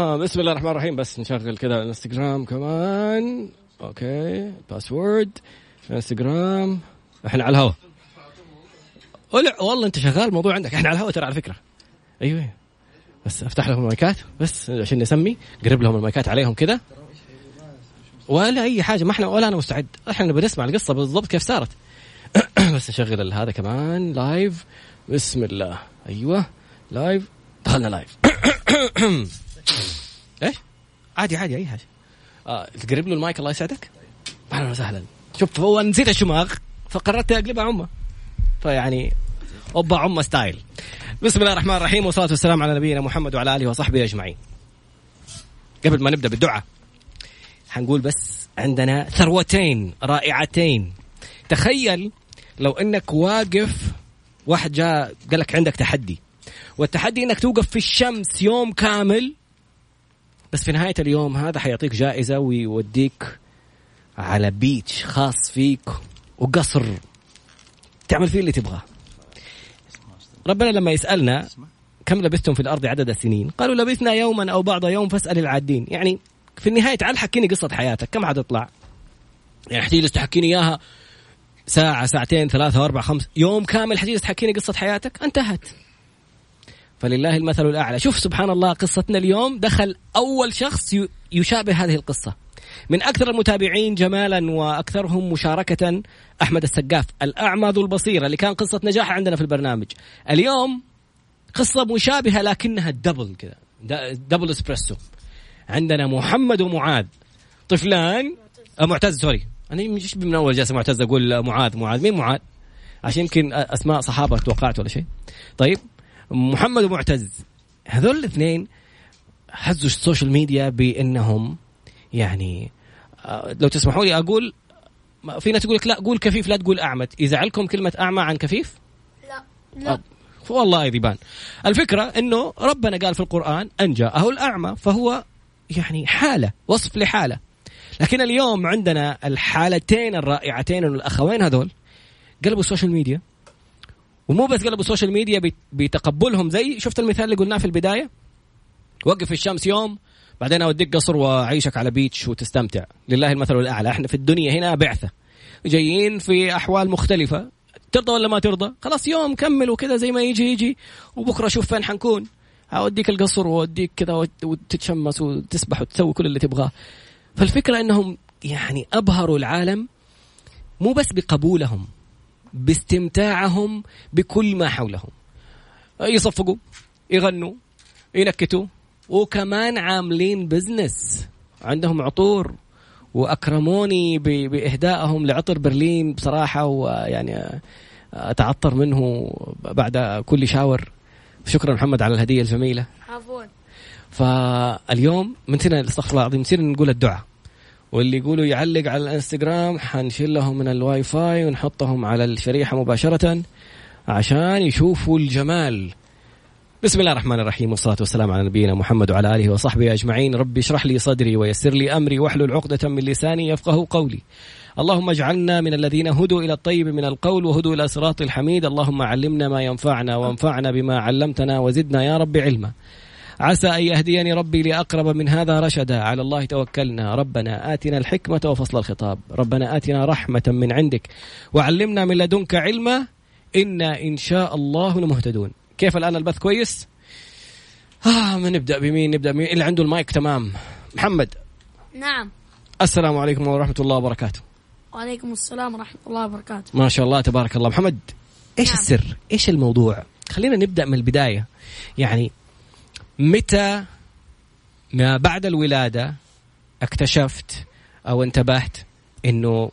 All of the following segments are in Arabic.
تمام. بسم الله الرحمن الرحيم. بس نشغل كذا الانستغرام كمان. اوكي باسورد انستغرام. احنا على الهواء. والله انت شغال الموضوع عندك. احنا على الهواء ترى على فكرة. ايوه بس افتح لهم المايكات بس عشان نسمي. قرب لهم المايكات عليهم كذا ولا اي حاجة. ما احنا ولا انا مستعد. احنا بنسمع القصة بالضبط كيف صارت. بس نشغل هذا كمان لايف. بسم الله. ايوه لايف. دخلنا لايف. ايش عادي اي حاجه. تقرب له المايك الله يسعدك. اهلا وسهلا. شوف هو نسيت الشماغ فقررت اقلبها عمه فيعني اوبا عمه ستايل. بسم الله الرحمن الرحيم والصلاه والسلام على نبينا محمد وعلى اله وصحبه اجمعين. قبل ما نبدا بالدعاء حنقول بس عندنا ثروتين رائعتين. تخيل لو انك واقف واحد جاء قال لك عندك تحدي والتحدي انك توقف في الشمس يوم كامل بس في نهاية اليوم هذا حيعطيك جائزة ويوديك على بيتش خاص فيك وقصر تعمل فيه اللي تبغاه. ربنا لما يسألنا كم لبثتم في الأرض عدد السنين قالوا لبثنا يوما أو بعض يوم فاسأل العادين. يعني في النهاية تعال حكيني قصة حياتك كم حتطلع. يعني حتجلس تحكيني إياها ساعة ساعتين 3 4 5 يوم كامل حتجلس تحكيني قصة حياتك انتهت. فلله المثل الأعلى. شوف سبحان الله قصتنا اليوم دخل أول شخص يشابه هذه القصة من أكثر المتابعين جمالا وأكثرهم مشاركة أحمد السقاف الأعمى ذو البصيرة اللي كان قصة نجاح عندنا في البرنامج. اليوم قصة مشابهة لكنها دبل كذا دبل اسبريسو. عندنا محمد ومعاذ طفلان معتز سوري أنا مش من أول جلسة معتز أقول معاذ مين معاذ عشان يمكن أسماء صحابة توقعت ولا شيء. طيب محمد ومعتز هذول الاثنين حزوا السوشيال ميديا بأنهم يعني لو تسمحوا لي أقول في ناس تقول لك لا قول كفيف لا تقول أعمى. يزعلكم كلمة أعمى عن كفيف؟ لا والله يبان. الفكرة أنه ربنا قال في القرآن أن جاءه الأعمى فهو يعني حالة وصف لحالة. لكن اليوم عندنا الحالتين الرائعتين الأخوين هذول قلبوا السوشيال ميديا. ومو بس قلبوا السوشيال ميديا بتقبلهم زي شفت المثال اللي قلناه في البداية وقف في الشمس يوم بعدين أوديك قصر وعيشك على بيتش وتستمتع. لله المثل الأعلى. احنا في الدنيا هنا بعثة جايين في أحوال مختلفة ترضى ولا ما ترضى خلاص يوم كمل وكذا زي ما يجي وبكرة شوف فين حنكون. أوديك القصر وأوديك كذا وتتشمس وتسبح وتسوي كل اللي تبغاه. فالفكرة أنهم يعني أبهروا العالم مو بس بقبولهم باستمتاعهم بكل ما حولهم. يصفقوا يغنوا ينكتوا وكمان عاملين بزنس عندهم عطور وأكرموني بإهدائهم لعطر برلين بصراحة ويعني أتعطر منه بعد كل شاور. شكرا محمد على الهدية الجميلة. عفوا. فاليوم من سنة استغفر الله العظيم نصير نقول الدعاء واللي يقولوا يعلق على الانستغرام حنشيل لهم من الواي فاي ونحطهم على الشريحة مباشرة عشان يشوفوا الجمال. بسم الله الرحمن الرحيم والصلاة والسلام على نبينا محمد وعلى آله وصحبه أجمعين. ربي اشرح لي صدري ويسر لي أمري واحلل عقدة من لساني يفقه قولي. اللهم اجعلنا من الذين هدوا إلى الطيب من القول وهدوا إلى صراط الحميد. اللهم علمنا ما ينفعنا وانفعنا بما علمتنا وزدنا يا رب علما. عسى أن يهديني ربي لأقرب من هذا رشدا. على الله توكلنا. ربنا آتنا الحكمة وفصل الخطاب. ربنا آتنا رحمة من عندك وعلمنا من لدنك علما إنا إن شاء الله مهتدون. كيف الآن البث كويس؟ ما نبدأ بمين اللي عنده المايك تمام. محمد. نعم. السلام عليكم ورحمة الله وبركاته. وعليكم السلام ورحمة الله وبركاته. ما شاء الله تبارك الله. محمد إيش نعم. السر إيش الموضوع؟ خلينا نبدأ من البداية. يعني متى ما بعد الولادة اكتشفت أو انتبهت إنك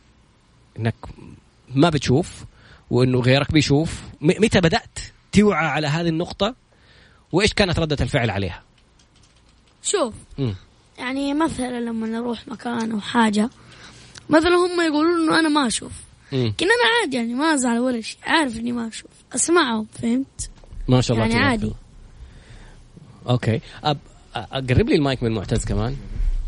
ما بتشوف وإنه غيرك بيشوف؟ متى بدأت توعى على هذه النقطة وإيش كانت ردة الفعل عليها؟ شوف يعني مثلا لما نروح مكان أو حاجة مثلا هم يقولون إنه أنا ما أشوف لكن أنا عادي يعني ما أزعل ولا شيء عارف إني ما أشوف أسمعهم. فهمت؟ ما شاء الله يعني عادي. أوكي أقرب لي المايك من معتز كمان.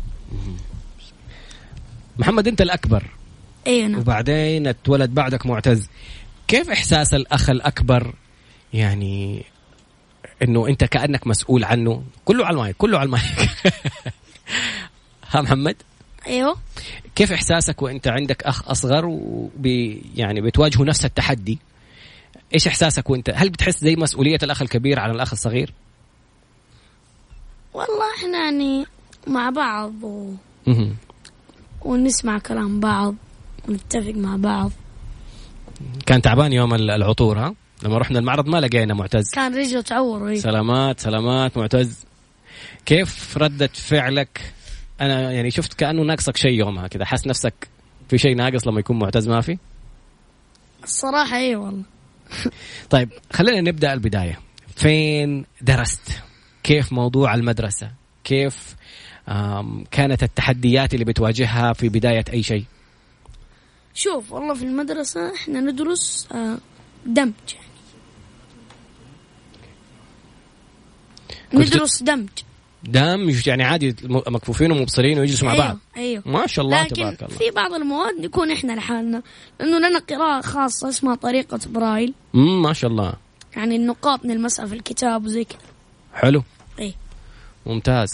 محمد أنت الأكبر. أيه نعم. وبعدين اتولد بعدك معتز. كيف إحساس الأخ الأكبر يعني إنه أنت كأنك مسؤول عنه. كله على المايك، كله على المايك. ها محمد؟ أيوه. كيف إحساسك وأنت عندك أخ أصغر يعني بتواجهوا نفس التحدي؟ إيش إحساسك وأنت؟ هل بتحس زي مسؤولية الأخ الكبير على الأخ الصغير؟ والله إحنا يعني مع بعض ونسمع كلام بعض ونتفق مع بعض. كان تعبان يوم العطور، ها؟ لما رحنا المعرض ما لقينا معتز، كان رجله تعور. سلامات سلامات معتز. كيف ردة فعلك؟ أنا يعني شفت كأنه ناقصك شيء يومها كذا، حس نفسك في شيء ناقص لما يكون معتز ما في؟ الصراحة إيه والله. طيب خلينا نبدأ البداية. فين درست؟ كيف موضوع المدرسة؟ كيف كانت التحديات اللي بتواجهها في بداية أي شيء؟ شوف والله في المدرسة إحنا ندرس دمج، يعني ندرس دمج يعني عادي مكفوفين ومبصرين ويجلسوا مع بعض. أيوه. ما شاء الله لكن تبارك الله. في بعض المواد نكون إحنا لحالنا، لأنه لنا قراءة خاصة اسمها طريقة برايل. ما شاء الله. يعني النقاط نلمسها في الكتاب وزي كذا. حلو. إيه. ممتاز.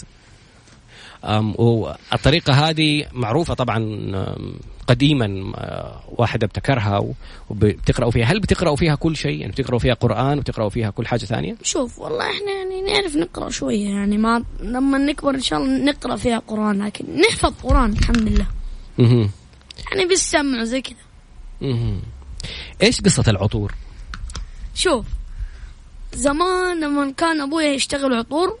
والطريقة هذه معروفة طبعا قديما، واحد ابتكرها وبتقرأوا فيها. هل بتقرأوا فيها كل شيء؟ يعني بتقرأوا فيها قرآن وبتقرأوا فيها كل حاجة ثانية؟ شوف والله احنا يعني نعرف نقرأ شوية، يعني ما لما نكبر ان شاء الله نقرأ فيها قرآن، لكن نحفظ قرآن الحمد لله. يعني بالسمع زي كذا. ايش قصة العطور؟ شوف زمان لما كان ابويا يشتغل عطور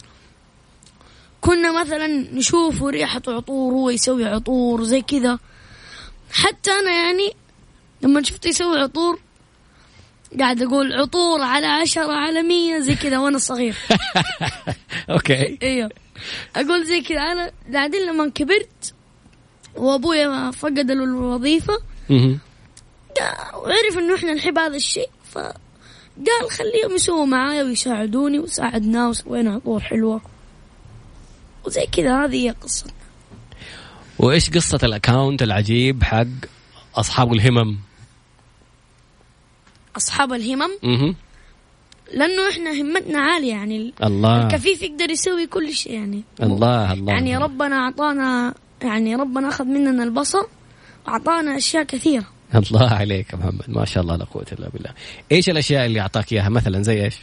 كنا مثلا نشوف ريحة عطور هو يسوي عطور زي كذا. حتى أنا يعني لما شفت يسوي عطور قاعد أقول عطور على 10 على 100 زي كذا وأنا صغير. أوكي. أيوه أقول زي كذا. أنا بعدين لما كبرت وأبويا فقد له الوظيفة وعرف إنه إحنا نحب هذا الشيء، فقال خليهم يسووا معايا ويساعدوني وساعدنا وسوينا عطور حلوة وزي كذا. هذه هي قصتنا. وإيش قصة الأكاونت العجيب حق أصحاب الهمم؟ أصحاب الهمم لأنه إحنا همتنا عالية، يعني الله. الكفيف يقدر يسوي كل شيء يعني. الله يعني ربنا أعطانا، يعني ربنا أخذ مننا البصر وأعطانا أشياء كثيرة. الله عليك محمد، ما شاء الله لا قوة إلا بالله. إيش الأشياء اللي أعطاك إياها مثلا؟ زي إيش؟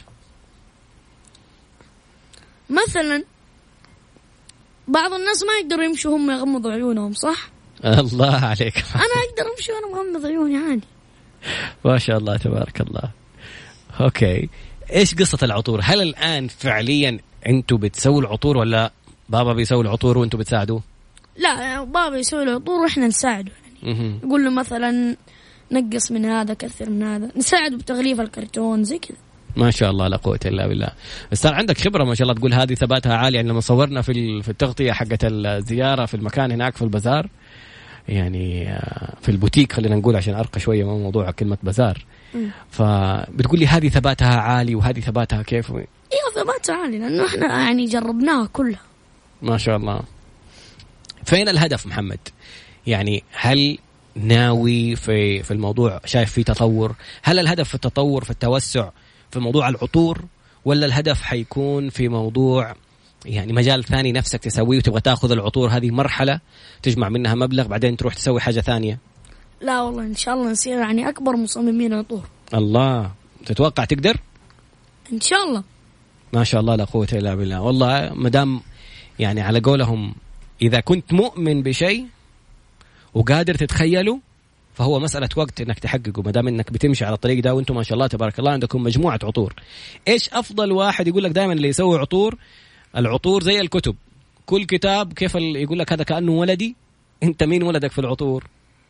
مثلا بعض الناس ما يقدروا يمشوا هم يغمضوا عيونهم، صح؟ الله عليك. أنا أقدر أمشي وأنا مغمض عيوني عادي. ما شاء الله تبارك الله. أوكي، إيش قصة العطور؟ هل الآن فعليا أنتوا بتسووا العطور ولا بابا بيسوي العطور وأنتوا بتساعدوه؟ لا، بابا يسوي العطور وإحنا نساعده، يعني يقول له مثلا نقص من هذا كثر من هذا، نساعده بتغليف الكرتون زي كذا. ما شاء الله لا قوة إلا بالله. بس صار عندك خبرة ما شاء الله، تقول هذه ثباتها عالي. يعني لما صورنا في التغطية حقة الزيارة في المكان هناك في البازار، يعني في البوتيك خلينا نقول عشان أرقى شوية من موضوع كلمة بازار، فبتقول لي هذه ثباتها عالي وهذه ثباتها كيف؟ إيه ثباتها عالي لأنه إحنا يعني جربناها كلها. ما شاء الله. فين الهدف محمد؟ يعني هل ناوي في الموضوع شايف فيه تطور؟ هل الهدف في التطور في التوسع في موضوع العطور، ولا الهدف حيكون في موضوع يعني مجال ثاني نفسك تسويه وتبغى تاخذ العطور هذه مرحلة تجمع منها مبلغ بعدين تروح تسوي حاجة ثانية؟ لا والله إن شاء الله نصير يعني أكبر مصممين عطور. الله، تتوقع تقدر؟ إن شاء الله. ما شاء الله لا قوة إلا بالله. والله مدام يعني على قولهم إذا كنت مؤمن بشيء وقادر تتخيله فهو مسألة وقت إنك تحققه، ما دام إنك بتمشي على الطريق ده. وأنتم ما شاء الله تبارك الله عندكم مجموعة عطور. إيش أفضل واحد يقول لك دائما اللي يسوي عطور؟ العطور زي الكتب، كل كتاب كيف يقول لك هذا كأنه ولدي. أنت مين ولدك في العطور؟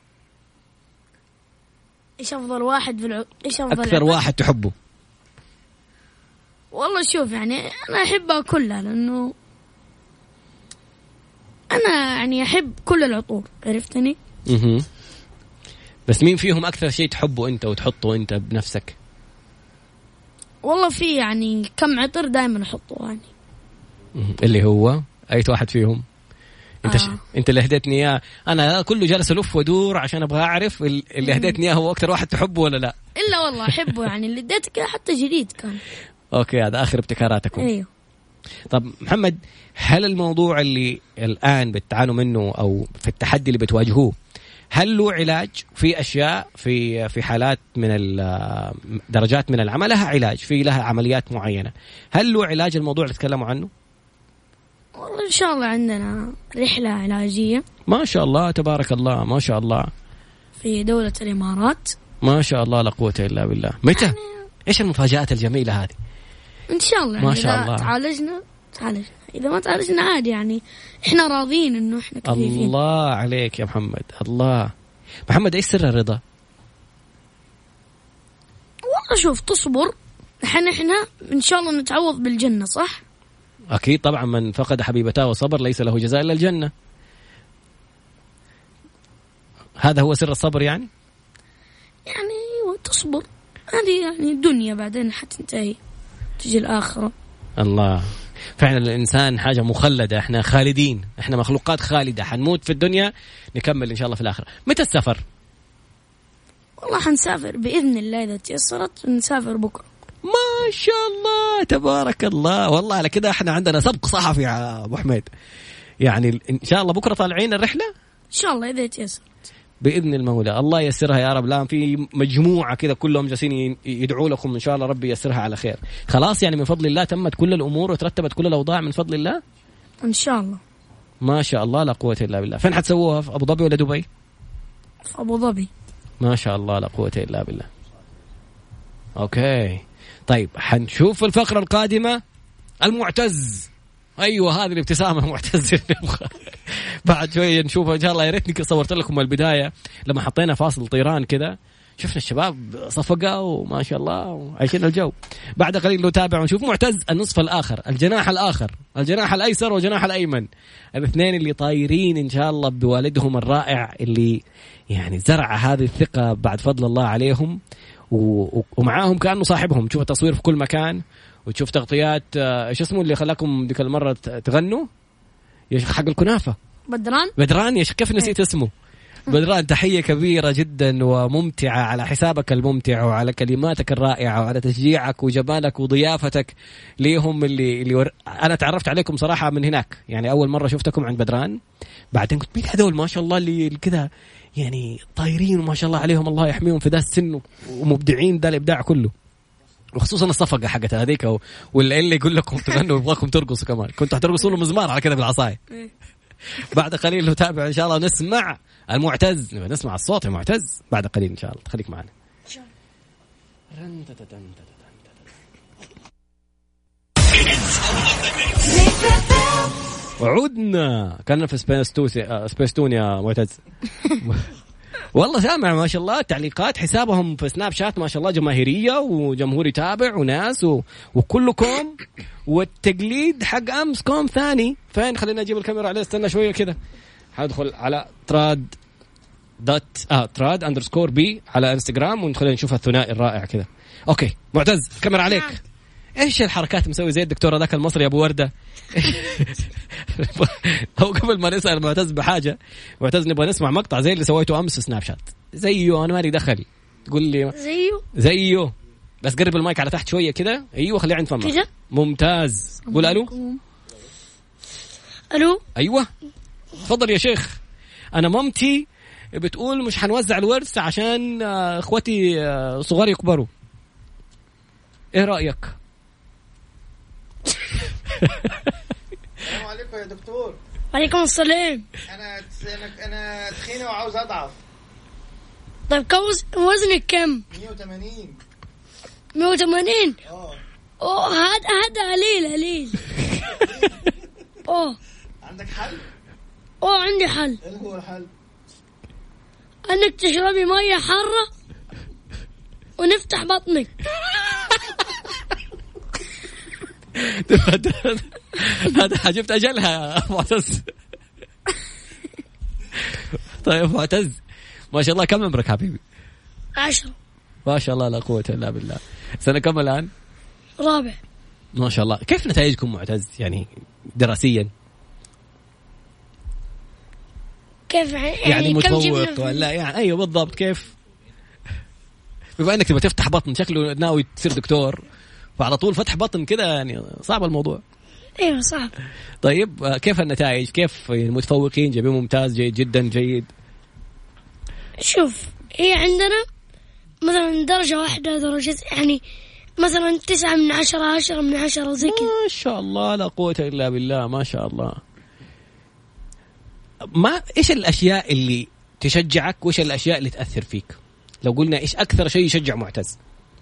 إيش أفضل واحد إيش أفضل أكثر واحد تحبه؟ والله شوف يعني أنا أحبها كلها، لأنه أنا يعني أحب كل العطور، عرفتني؟ بس مين فيهم أكثر شيء تحبه أنت وتحطه أنت بنفسك؟ والله في يعني كم عطر دائما أحطه يعني. اللي هو أي واحد فيهم؟ أنت اللي هديتني إياه، أنا كله جالس ألف ودور عشان أبغى أعرف اللي هديتني إياه هو أكثر واحد تحبه ولا لا. إلا والله أحبه يعني اللي اديتك حتى جديد كان. اوكي هذا اخر ابتكاراتكم. ايوه. طب محمد، هل الموضوع اللي الان بتعانوا منه او في التحدي اللي بتواجهوه هل له علاج؟ في اشياء في حالات من درجات من العمى لها علاج، في لها عمليات معينه، هل له علاج الموضوع اللي تكلموا عنه؟ والله ان شاء الله عندنا رحله علاجيه ما شاء الله تبارك الله، ما شاء الله، في دوله الامارات. ما شاء الله لا قوه الا بالله. متى يعني ايش المفاجآت الجميله هذه؟ ان شاء الله ما شاء الله. تعالجنا اذا ما تعالجنا عادي، يعني احنا راضيين انه احنا كفيفين. الله عليك يا محمد. الله محمد، ايش سر الرضا؟ والله شوف، تصبر، احنا ان شاء الله نتعوض بالجنه، صح؟ اكيد طبعا، من فقد حبيبته وصبر ليس له جزاء الا الجنه. هذا هو سر الصبر يعني تصبر، هذه يعني الدنيا بعدين حتنتهي، تجي الآخرة. الله، فعلا الإنسان حاجة مخلدة، احنا خالدين، احنا مخلوقات خالدة، حنموت في الدنيا نكمل إن شاء الله في الآخرة. متى السفر؟ والله حنسافر بإذن الله إذا تيسرت، نسافر بكرة. ما شاء الله تبارك الله. والله على كده احنا عندنا سبق صحفي يا أبو حميد، يعني إن شاء الله بكرة طالعين الرحلة إن شاء الله إذا تيسرت بإذن المولى. الله يسرها يا رب. لا في مجموعة كذا كلهم جالسين يدعوا لكم إن شاء الله ربي يسرها على خير. خلاص يعني من فضل الله تمت كل الأمور وترتبت كل الأوضاع من فضل الله إن شاء الله. ما شاء الله لا قوة إلا بالله. فين حتسووها، في أبو ظبي ولا دبي؟ في أبو ظبي. ما شاء الله لا قوة إلا بالله. أوكي طيب، حنشوف الفقرة القادمة المعتز. أيوة هذه الابتسامة معتز. بعد شوية نشوفها إن شاء الله. يا ريتني صورت لكم البداية لما حطينا فاصل طيران كذا، شفنا الشباب صفقة وما شاء الله وعايشين الجو. بعد قليل نتابع ونشوف معتز النصف الآخر، الجناح الآخر، الجناح الأيسر والجناح الأيمن، الاثنين اللي طايرين إن شاء الله بوالدهم الرائع اللي يعني زرع هذه الثقة بعد فضل الله عليهم، ومعاهم كأنه صاحبهم. تشوف التصوير في كل مكان، وتشوف تغطيات. ايش اسمه اللي خلاكم ديك المرة تغنوا يا شيخ حق الكنافة؟ بدران يا شيخ، كيف نسيت اسمه؟ بدران، تحية كبيرة جدا وممتعة على حسابك الممتع وعلى كلماتك الرائعة وعلى تشجيعك وجمالك وضيافتك ليهم اللي أنا تعرفت عليكم صراحة من هناك. يعني أول مرة شفتكم عند بدران، بعدين قلت مين هذول ما شاء الله اللي كذا يعني طايرين وما شاء الله عليهم، الله يحميهم في ذا السن ومبدعين ذا الإبداع كله، وخصوصا الصفقة حقت هذيك واللي يقول لكم تغنوا ويبغاكم ترقصوا كمان. كنتوا هترقصوا له مزمار على كذا بالعصاية. بعد قليل نتابع إن شاء الله ونسمع المعتز، نسمع الصوت يا معتز بعد قليل إن شاء الله. خليك معنا. وعودنا كنا في سبيستون يا معتز. والله سامع ما شاء الله تعليقات حسابهم في سناب شات ما شاء الله جماهيرية وجمهور يتابع وناس وكلكم، والتقليد حق أمس كوم ثاني. فين خلينا نجيب الكاميرا عليه، استنى شوية كذا. هدخل على تراد _B على انستغرام وندخل نشوف الثنائي الرائع كذا. اوكي معتز الكاميرا عليك. ايش الحركات مسوي زي الدكتور ذاك المصري ابو وردة؟ هو قبل ما نسأل معتز بحاجة، معتز نبغى نسمع مقطع زي اللي سويته امس في سناب شات. زيه انا مالي دخل، تقول لي زيه بس قرب المايك على تحت شوية كذا. ايوه خليه عند فمك. ممتاز. قول الو. ايوه تفضل يا شيخ. انا مامتي بتقول مش حنوزع الورث عشان اخوتي صغار يكبروا، ايه رأيك؟ السلام عليكم يا دكتور. وعليكم السلام. انا تخينه وعاوز اضعف. طيب وزنك كم؟ 180. 180. هذا قليل. عندك حل؟ عندي حل. ايه هو الحل؟ انك تشربي ميه حاره ونفتح بطنك. هذا جبت أجلها يا معتز. طيب معتز ما شاء الله كم عمرك حبيبي؟ 10. ما شاء الله لا قوة إلا بالله. سنة كم الآن؟ 4. ما شاء الله. كيف نتائجكم معتز يعني دراسيا؟ كيف يعني متفوق ولا يعني أيوة بالضبط كيف؟ بما أنك تبغى تفتح بطن شكله ناوي تصير دكتور فعلى طول فتح بطن كده يعني صعب الموضوع. ايوه صعب. طيب كيف النتائج؟ كيف المتفوقين جايبين ممتاز، جيد جدا، جيد؟ شوف هي عندنا مثلا درجة واحدة، درجة يعني مثلا 9 من 10، 10 من 10 زي كذا. ما شاء الله لا قوة إلا بالله، ما شاء الله. ما إيش الأشياء اللي تشجعك وإيش الأشياء اللي تأثر فيك؟ لو قلنا إيش أكثر شيء يشجع معتز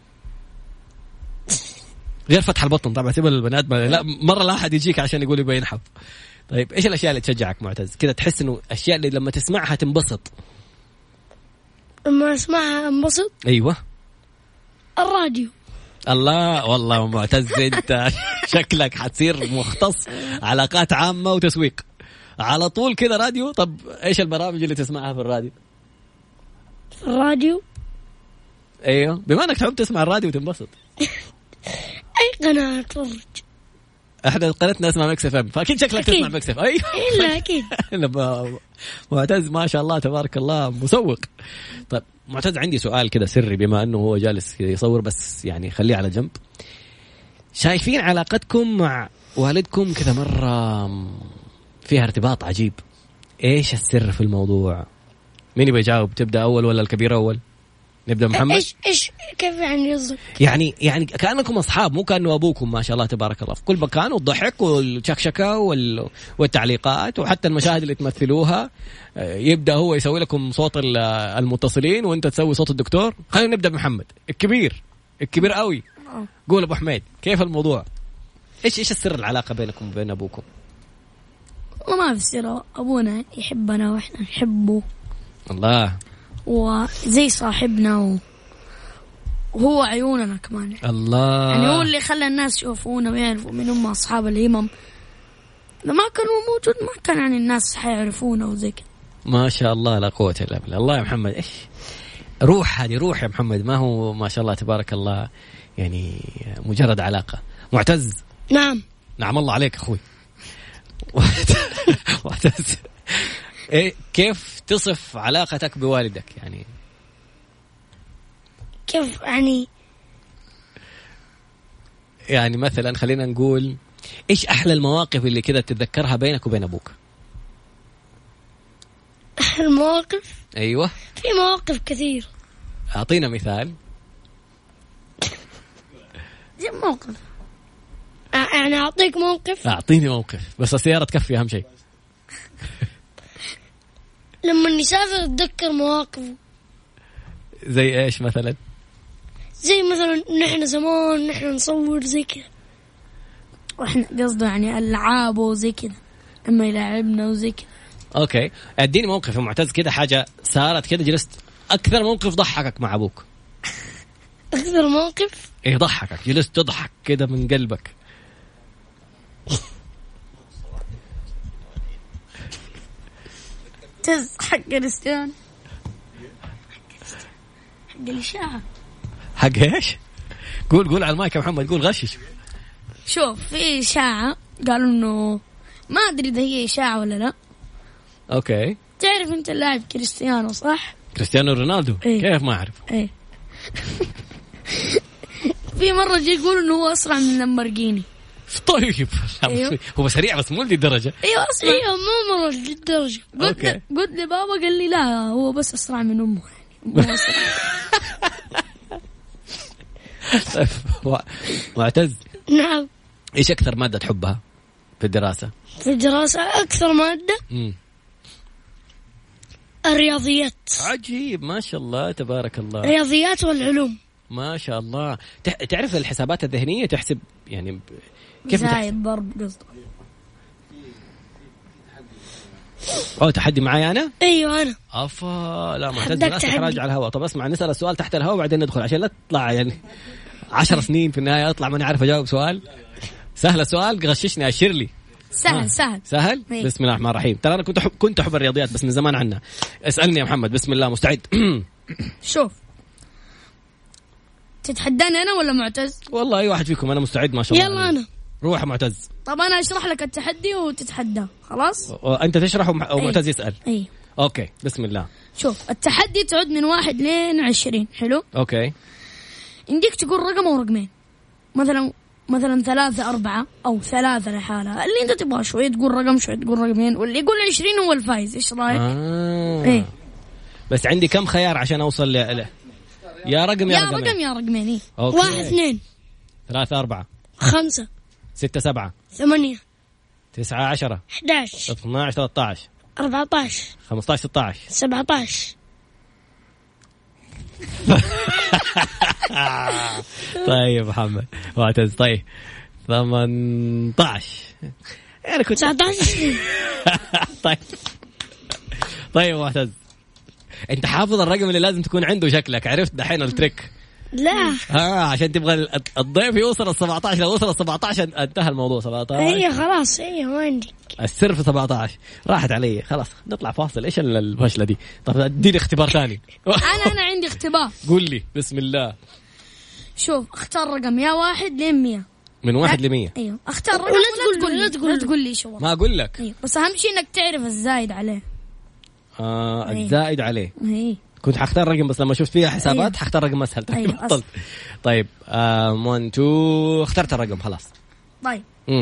غير فتح البطن طبعا، سيب البنات لا مرة لا أحد يجيك عشان يقول يبغى ينحف. طيب إيش الأشياء اللي تشجعك معتز كذا، تحس إنه أشياء اللي لما تسمعها تنبسط؟ لما أسمعها انبسط. أيوة. الراديو. الله والله معتز انت شكلك حتصير مختص علاقات عامة وتسويق على طول كذا راديو. طب ايش البرامج اللي تسمعها في الراديو؟ في الراديو ايوه، بما انك تحب تسمع الراديو وتنبسط اي قناة اتفرج؟ احنا قناتنا اسمها ميكس اف ام، فاكيد شكلك تسمع ميكس اف. ايوه الا اكيد. معتز ما شاء الله تبارك الله مسوق. طيب معتز عندي سؤال كده سري، بما انه هو جالس يصور بس يعني خليه على جنب. شايفين علاقتكم مع والدكم كذا مرة فيها ارتباط عجيب، ايش السر في الموضوع؟ مين يبغى يجاوب؟ تبدأ اول ولا الكبير اول؟ نبدأ محمد. ايش كيف يعني قصدك؟ يعني كأنكم اصحاب، مو كأنه ابوكم ما شاء الله تبارك الله في كل مكان، والضحك والشكشكة والتعليقات وحتى المشاهد اللي تمثلوها. يبدأ هو يسوي لكم صوت المتصلين وانت تسوي صوت الدكتور. خلينا نبدأ بمحمد الكبير قوي. قول ابو حميد كيف الموضوع؟ ايش السر العلاقة بينكم وبين ابوكم؟ وما في سر، ابونا يحبنا واحنا نحبه. الله. وزي صاحبنا وهو عيوننا كمان. الله. يعني هو اللي خلى الناس يشوفونا ويعرفوا من هم أصحاب الهمم. لما كان هو موجود ما كان يعني الناس حيعرفونا وزي كده. ما شاء الله لا قوة إلا بالله. الله يا محمد إيش روح، هذه روح يا محمد، ما هو ما شاء الله تبارك الله يعني مجرد علاقة. معتز. نعم. نعم الله عليك أخوي. معتز إيه كيف تصف علاقتك بوالدك يعني؟ كيف يعني مثلا خلينا نقول إيش أحلى المواقف اللي كده تتذكرها بينك وبين أبوك؟ أحلى المواقف؟ أيوة في مواقف كثير. أعطينا مثال. زي موقف يعني أعطيك موقف. أعطيني موقف بس السيارة تكفي أهم شيء. لما نسافر أتذكر مواقف. زي إيش مثلا؟ زي مثلا نحن زمان نحن نصور زي كذا، وإحنا قصده يعني ألعاب وزي كذا أما يلعبنا وزي كذا. أوكي أديني موقف يا معتز كده، حاجة صارت كده جلست أكثر موقف ضحكك مع أبوك. أكثر موقف إيه ضحكك جلست تضحك كده من قلبك. حق كريستيانو، حق الإشاعة. حق إيش؟ قول على المايك يا محمد، قول غشش. شوف في إشاعة قالوا إنه ما أدري إذا هي إشاعة ولا لا. أوكي. تعرف أنت اللاعب كريستيانو صح؟ كريستيانو رونالدو. إيه؟ كيف ما أعرف. إيه. في مرة جي يقولوا إنه هو أسرع من لامبورغيني. طيب. أيوه. هو سريع بس مو لدي الدرجة. أيوه أسرع. أيوه مو مرة لدي الدرجة. قلت لي بابا قال لي لا هو بس أسرع من أمه يعني. معتز. نعم. إيش أكثر مادة تحبها في الدراسة؟ في الدراسة أكثر مادة الرياضيات. عجيب ما شاء الله تبارك الله. الرياضيات والعلوم ما شاء الله. تعرف الحسابات الذهنية تحسب يعني كيف زايد ضرب قصده. تحدي معي أنا؟ أيوة أنا. لا معتز لا تحرج على الهواء. طب اسمع نسأل السؤال تحت الهواء وبعدين ندخل عشان لا تطلع يعني 10 سنين في النهاية أطلع ماني عارف أجاوب سؤال. سهل السؤال غششني أشير لي. سهل. بسم الله الرحمن الرحيم. ترى أنا كنت أحب الرياضيات بس من زمان عنها. اسألني يا محمد. بسم الله مستعد. شوف تتحداني أنا ولا معتز؟ والله أي واحد فيكم أنا مستعد ما شاء الله. يلا أنا. روح يا معتز. طب أنا أشرح لك التحدي وتتحدى خلاص. أنت تشرح ومعتز يسأل. أي. أوكي بسم الله. شوف التحدي تعد من 1 ل 20. حلو. أوكي. يمديك تقول رقم أو رقمين. مثلا 3 4 أو 3 لحالها، اللي أنت تبغى، شوية تقول رقم شوية تقول رقمين، واللي يقول 20 هو الفايز. إيش رأيك؟ إيه. بس عندي كم خيار عشان أوصل له؟ يا رقم يا رقمين. يا رقمين. إيه. 1 2 3 4 5 6 7 8 9 10 11 12 13 14 15 16 17. طيب محمد معتز. طيب 18 يعني كنت 19. طيب معتز، انت حافظ الرقم اللي لازم تكون عنده، شكلك عرفت دحين التريك. لا عشان تبغى الضيف يوصل 17. لو وصل 17 انتهى الموضوع. 17 هي خلاص هي ما عندي السر في 17. راحت علي خلاص. نطلع فاصل. ايش الفشلة دي؟ طب اديني اختبار ثاني. أنا عندي اختبار. قول لي بسم الله. شوف اختار رقم يا 1 لين 100. من 1 ل 100. ايوه اختار رقم. ولا تقول لي شو. ما اقول لك. أيوه. بس اهم شيء انك تعرف الزايد عليه. الزائد عليه. ايه. كنت حختار رقم، بس لما شفت فيها حسابات أيوه. حختار رقم اسهل. أيوه. طيب طيب 1 2 اخترت الرقم خلاص. طيب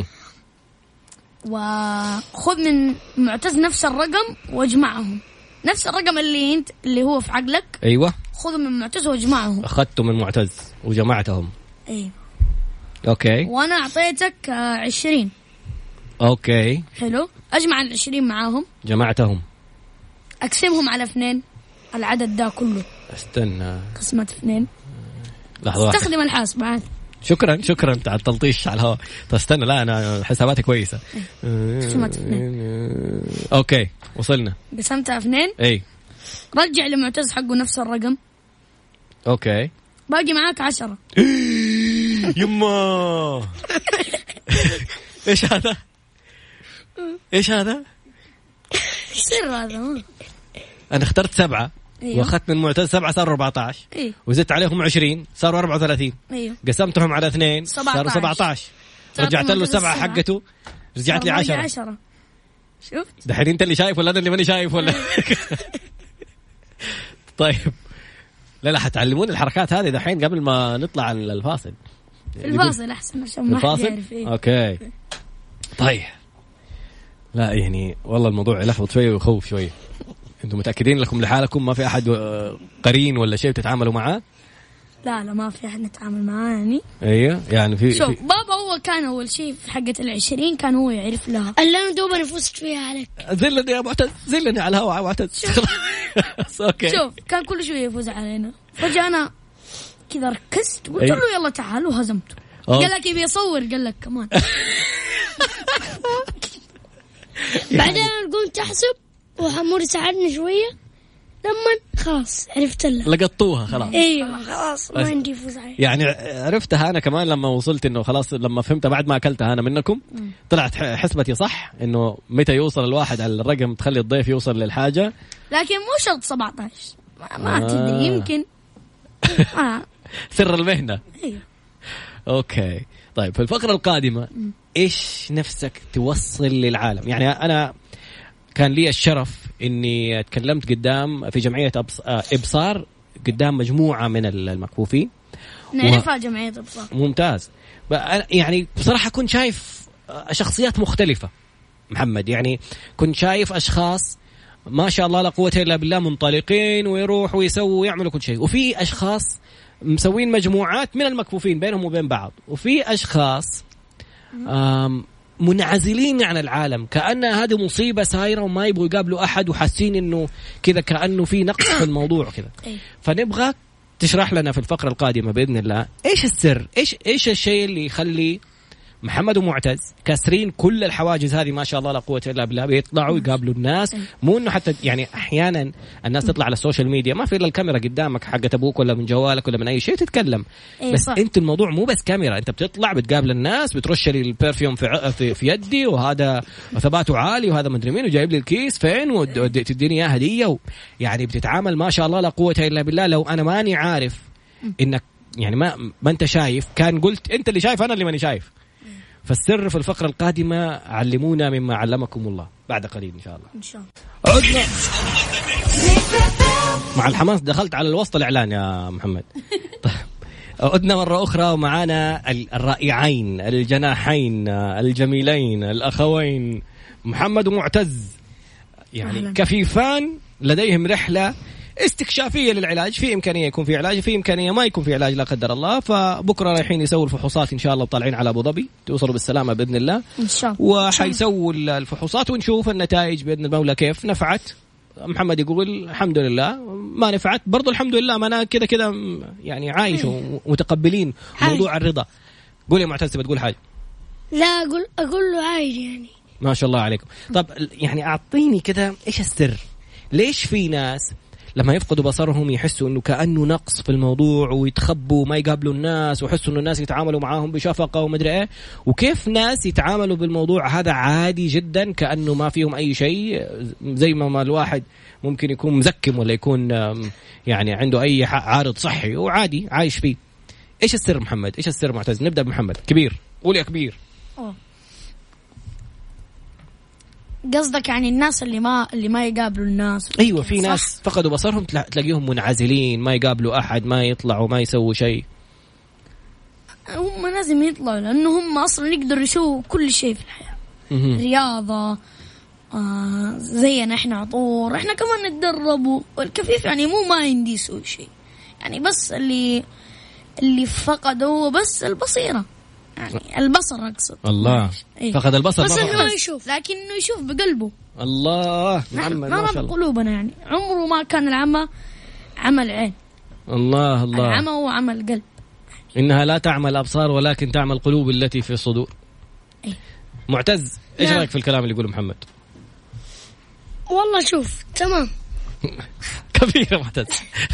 وخذ من معتز نفس الرقم واجمعهم. نفس الرقم اللي هو في عقلك. ايوه خذه من معتز واجمعهم. اخذته من معتز وجمعتهم. ايوه اوكي. وانا اعطيتك 20. اوكي حلو. اجمع 20 معاهم، جمعتهم، اقسمهم على 2. العدد ده كله استنى قسمة 2. لحظة واحدة. استخدم الحاسب عاد. شكرا على التلطيش على الهواء. طب استنى، لا انا حساباتي كويسة. قسمة 2. اوكي وصلنا. قسمتها 2. اي رجع لمعتز حقه نفس الرقم. اوكي باقي معاك 10. يما ايش هذا؟ ايش هذا؟ سر هذا. انا اخترت 7. أيوه. واخذت من معتز 7 صاروا 14. أيوه. وزدت عليهم 20 صاروا 34. ايوه. قسمتهم على 2 صاروا 17. رجعت له 7 حقته، رجعت لي 10. شوف دحين انت اللي شايف ولا انا اللي ماني شايف ولا؟ طيب لا حتعلموني الحركات هذه دحين قبل ما نطلع عن الفاصل. الفاصل احسن عشان ما حد يعرف. إيه؟ اوكي طيب. لا يعني والله الموضوع يلخبط شويه ويخوف شويه. انتم متاكدين لكم لحالكم ما في احد قرين ولا شيء بتتعاملوا معاه؟ لا ما في احد نتعامل معاه يعني. ايوه يعني في شوف بابا هو كان اول شيء في حقة 20 كان هو يعرف لها. اللي انا دوبني فزت فيها عليك. زلني يا معتز، زلني على الهواء يا معتز. اوكي شوف كان كل شويه يفوز علينا، فجأة انا كذا ركزت قلت له يلا تعال وهزمته. قال لك يبي يصور، قال لك كمان. بعدين قمت احسب وحمود ساعدني شويه، لما خلاص عرفت له لقطوها خلاص. ايوه خلاص ما عندي فوز عليه. يعني عرفتها انا كمان لما وصلت انه خلاص، لما فهمت بعد ما اكلتها انا منكم طلعت حسبتي صح انه متى يوصل الواحد على الرقم تخلي الضيف يوصل للحاجه. لكن مو شرط 17 ما تدري يمكن. سر المهنه. ايوه اوكي طيب في الفقره القادمه ايش نفسك توصل للعالم؟ يعني انا كان لي الشرف اني تكلمت قدام في جمعيه ابصار قدام مجموعه من المكفوفين. نعرفها جمعيه ابصار. ممتاز. يعني بصراحه كنت شايف شخصيات مختلفه محمد، يعني كنت شايف اشخاص ما شاء الله لا قوه الا بالله منطلقين ويروحوا ويسووا ويعملوا كل شيء، وفي اشخاص مسوين مجموعات من المكفوفين بينهم وبين بعض، وفي اشخاص منعزلين عن العالم كأن هذه مصيبة سايرة وما يبغوا يقابلوا أحد وحاسين إنه كذا كأنه في نقص في الموضوع كذا. فنبغى تشرح لنا في الفقرة القادمة بإذن الله إيش السر، إيش الشيء اللي يخلي محمد ومعتز كاسرين كل الحواجز هذه ما شاء الله لا قوة إلا بالله، بيطلعوا يقابلوا الناس. مو إنه حتى يعني أحيانا الناس تطلع على السوشيال ميديا ما في إلا الكاميرا قدامك حقة أبوك ولا من جوالك ولا من أي شيء تتكلم. بس صح. أنت الموضوع مو بس كاميرا، أنت بتطلع بتقابل الناس، بترش لي البرفيوم في يدي وهذا ثباته عالي وهذا مدري مين وجايب لي الكيس فين وتديني إياه هدية يعني بتتعامل ما شاء الله لا قوة إلا بالله. لو أنا ماني عارف إنك يعني ما أنت شايف كان قلت أنت اللي شايف أنا اللي ماني شايف. فالسر في الفقرة القادمة علمونا مما علمكم الله بعد قليل إن شاء الله. إن شاء الله. عدنا مع الحماس. دخلت على الوسط الإعلان يا محمد. طيب عدنا مرة أخرى ومعانا الرائعين الجناحين الجميلين الأخوين محمد ومعتز، يعني كفيفان لديهم رحلة استكشافية للعلاج. في إمكانية يكون في علاج، في إمكانية ما يكون في علاج لا قدر الله. فبكرة رايحين يسووا الفحوصات إن شاء الله وطالعين على أبو ظبي، توصلوا بالسلامة بإذن الله إن شاء الله. وحيسووا الفحوصات ونشوف النتائج بإذن المولى كيف نفعت. محمد يقول الحمد لله، ما نفعت برضو الحمد لله، ما أنا كده كده يعني عايش ومتقبلين موضوع الرضا. قول يا معتز بتقول حاجة؟ لا أقول له عادي يعني. ما شاء الله عليكم. طب يعني أعطيني كده إيش السر؟ ليش في ناس لما يفقدوا بصرهم يحسوا إنه كأنه نقص في الموضوع ويتخبوا ما يقابلوا الناس ويحسوا إنه الناس يتعاملوا معاهم بشفقة ومدري إيه، وكيف ناس يتعاملوا بالموضوع هذا عادي جدا كأنه ما فيهم أي شيء، زي ما الواحد ممكن يكون مزكم ولا يكون يعني عنده أي عارض صحي وعادي عايش فيه. إيش السر محمد؟ إيش السر معتز؟ نبدأ بمحمد. كبير، قول يا كبير. قصدك يعني الناس اللي ما يقابلوا الناس؟ ايوه، في ناس فقدوا بصرهم تلاقيهم منعزلين، ما يقابلوا احد، ما يطلعوا، ما يسووا شيء. هم لازم يطلعوا لانه هم اصلا يقدروا يسووا كل شيء في الحياه. رياضه زينا احنا عطور، احنا كمان نتدرب. والكفيف يعني مو ما يندي يسوي شيء، يعني بس اللي فقدوا بس البصيره، يعني البصر أقصد. الله فقد البصر بس ما يشوف، لكنه يشوف بقلبه. الله محمد ما شاء الله. بقلوبنا يعني عمره ما كان العمى عمل عين. الله العمى هو عمل قلب. إنها لا تعمل أبصار ولكن تعمل قلوب التي في الصدور. معتز إيش رأيك في الكلام اللي يقوله محمد؟ والله شوف تمام. كبير معتز.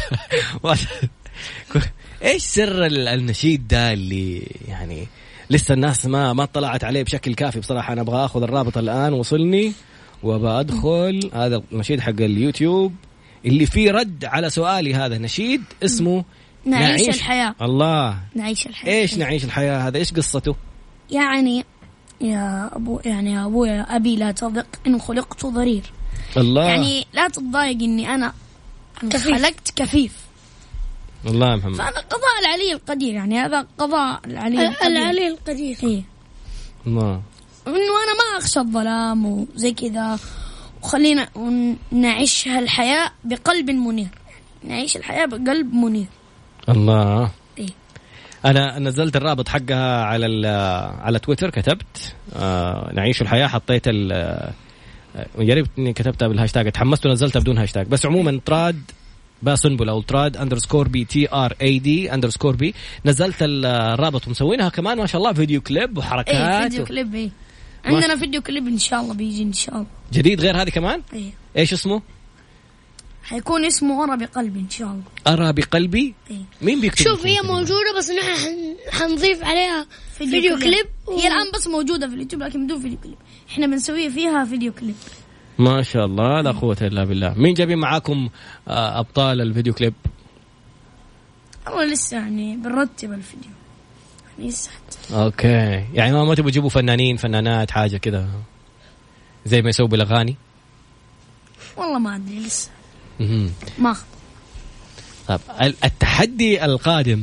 إيش سر النشيد ده اللي يعني لسه الناس ما اطلعت عليه بشكل كافي؟ بصراحة أنا أبغى أخذ الرابط الآن وصلني وبأدخل هذا النشيد حق اليوتيوب اللي فيه رد على سؤالي. هذا نشيد اسمه نعيش الحياة. الله، نعيش الحياة. إيش نعيش الحياة هذا؟ إيش قصته؟ يعني يا أبويا أبي لا تضق إن خلقت ضرير. الله، يعني لا تتضايق إني أنا خلقت كفيف. الله محمد. فأنا قضاء العلي القدير، يعني هذا قضاء العلي القدير. إيه. الله، إنه أنا ما أخشى الظلام وزي كذا، وخلينا نعيش هالحياة بقلب منير، نعيش الحياة بقلب منير. الله. إيه. أنا نزلت الرابط حقها على تويتر، كتبت نعيش الحياة، حطيت جربت إني كتبتها بالهاشتاج، تحمست ونزلتها بدون هاشتاج. بس عموما تراد باسنبل أو تراد _B TRAD_B نزلت الرابط ومسوينها كمان ما شاء الله فيديو كليب وحركات. إيه فيديو كليب. إيه عندنا فيديو كليب إن شاء الله بيجي إن شاء الله جديد غير هذه كمان. إيه. إيش اسمه؟ حيكون اسمه أرى بقلبي إن شاء الله. أرى بقلبي. إيه. مين بيكتب؟ شوف هي موجودة بس نحن حنضيف عليها فيديو كليب. هي الآن بس موجودة في اليوتيوب لكن بدون فيديو كليب، إحنا بنسوي فيها فيديو كليب. ما شاء الله لا قوة إلا بالله. مين جايبين معاكم أبطال الفيديو كليب؟ والله لسه يعني بنرتب الفيديو يعني لسه. أوكي، يعني ما تبغوا تجيبوا فنانات حاجة كده زي ما يسووا بالأغاني؟ والله ما أدري لسه. ما طب التحدي القادم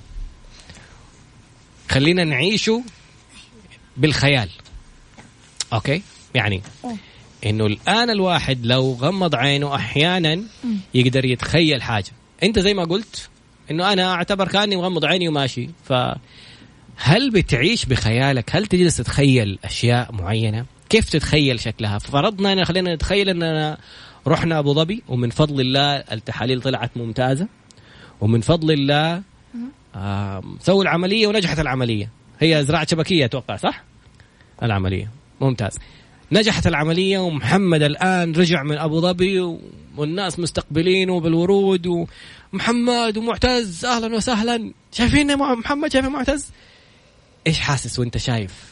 خلينا نعيشه بالخيال. أوكي، يعني إنه الآن الواحد لو غمض عينه أحيانا يقدر يتخيل حاجة. أنت زي ما قلت إنه أنا أعتبر كأني مغمض عيني وماشي، فهل بتعيش بخيالك؟ هل تجلس تتخيل أشياء معينة؟ كيف تتخيل شكلها؟ فرضنا أنا خلينا نتخيل أننا رحنا أبو ظبي ومن فضل الله التحاليل طلعت ممتازة، ومن فضل الله سووا العملية ونجحت العملية. هي زراعة شبكية أتوقع صح؟ العملية ممتاز، نجحت العملية، ومحمد الآن رجع من أبو ظبي والناس مستقبلينه بالورود، ومحمد ومعتز أهلا وسهلا. شايفين محمد؟ شايفين معتز؟ إيش حاسس وإنت شايف؟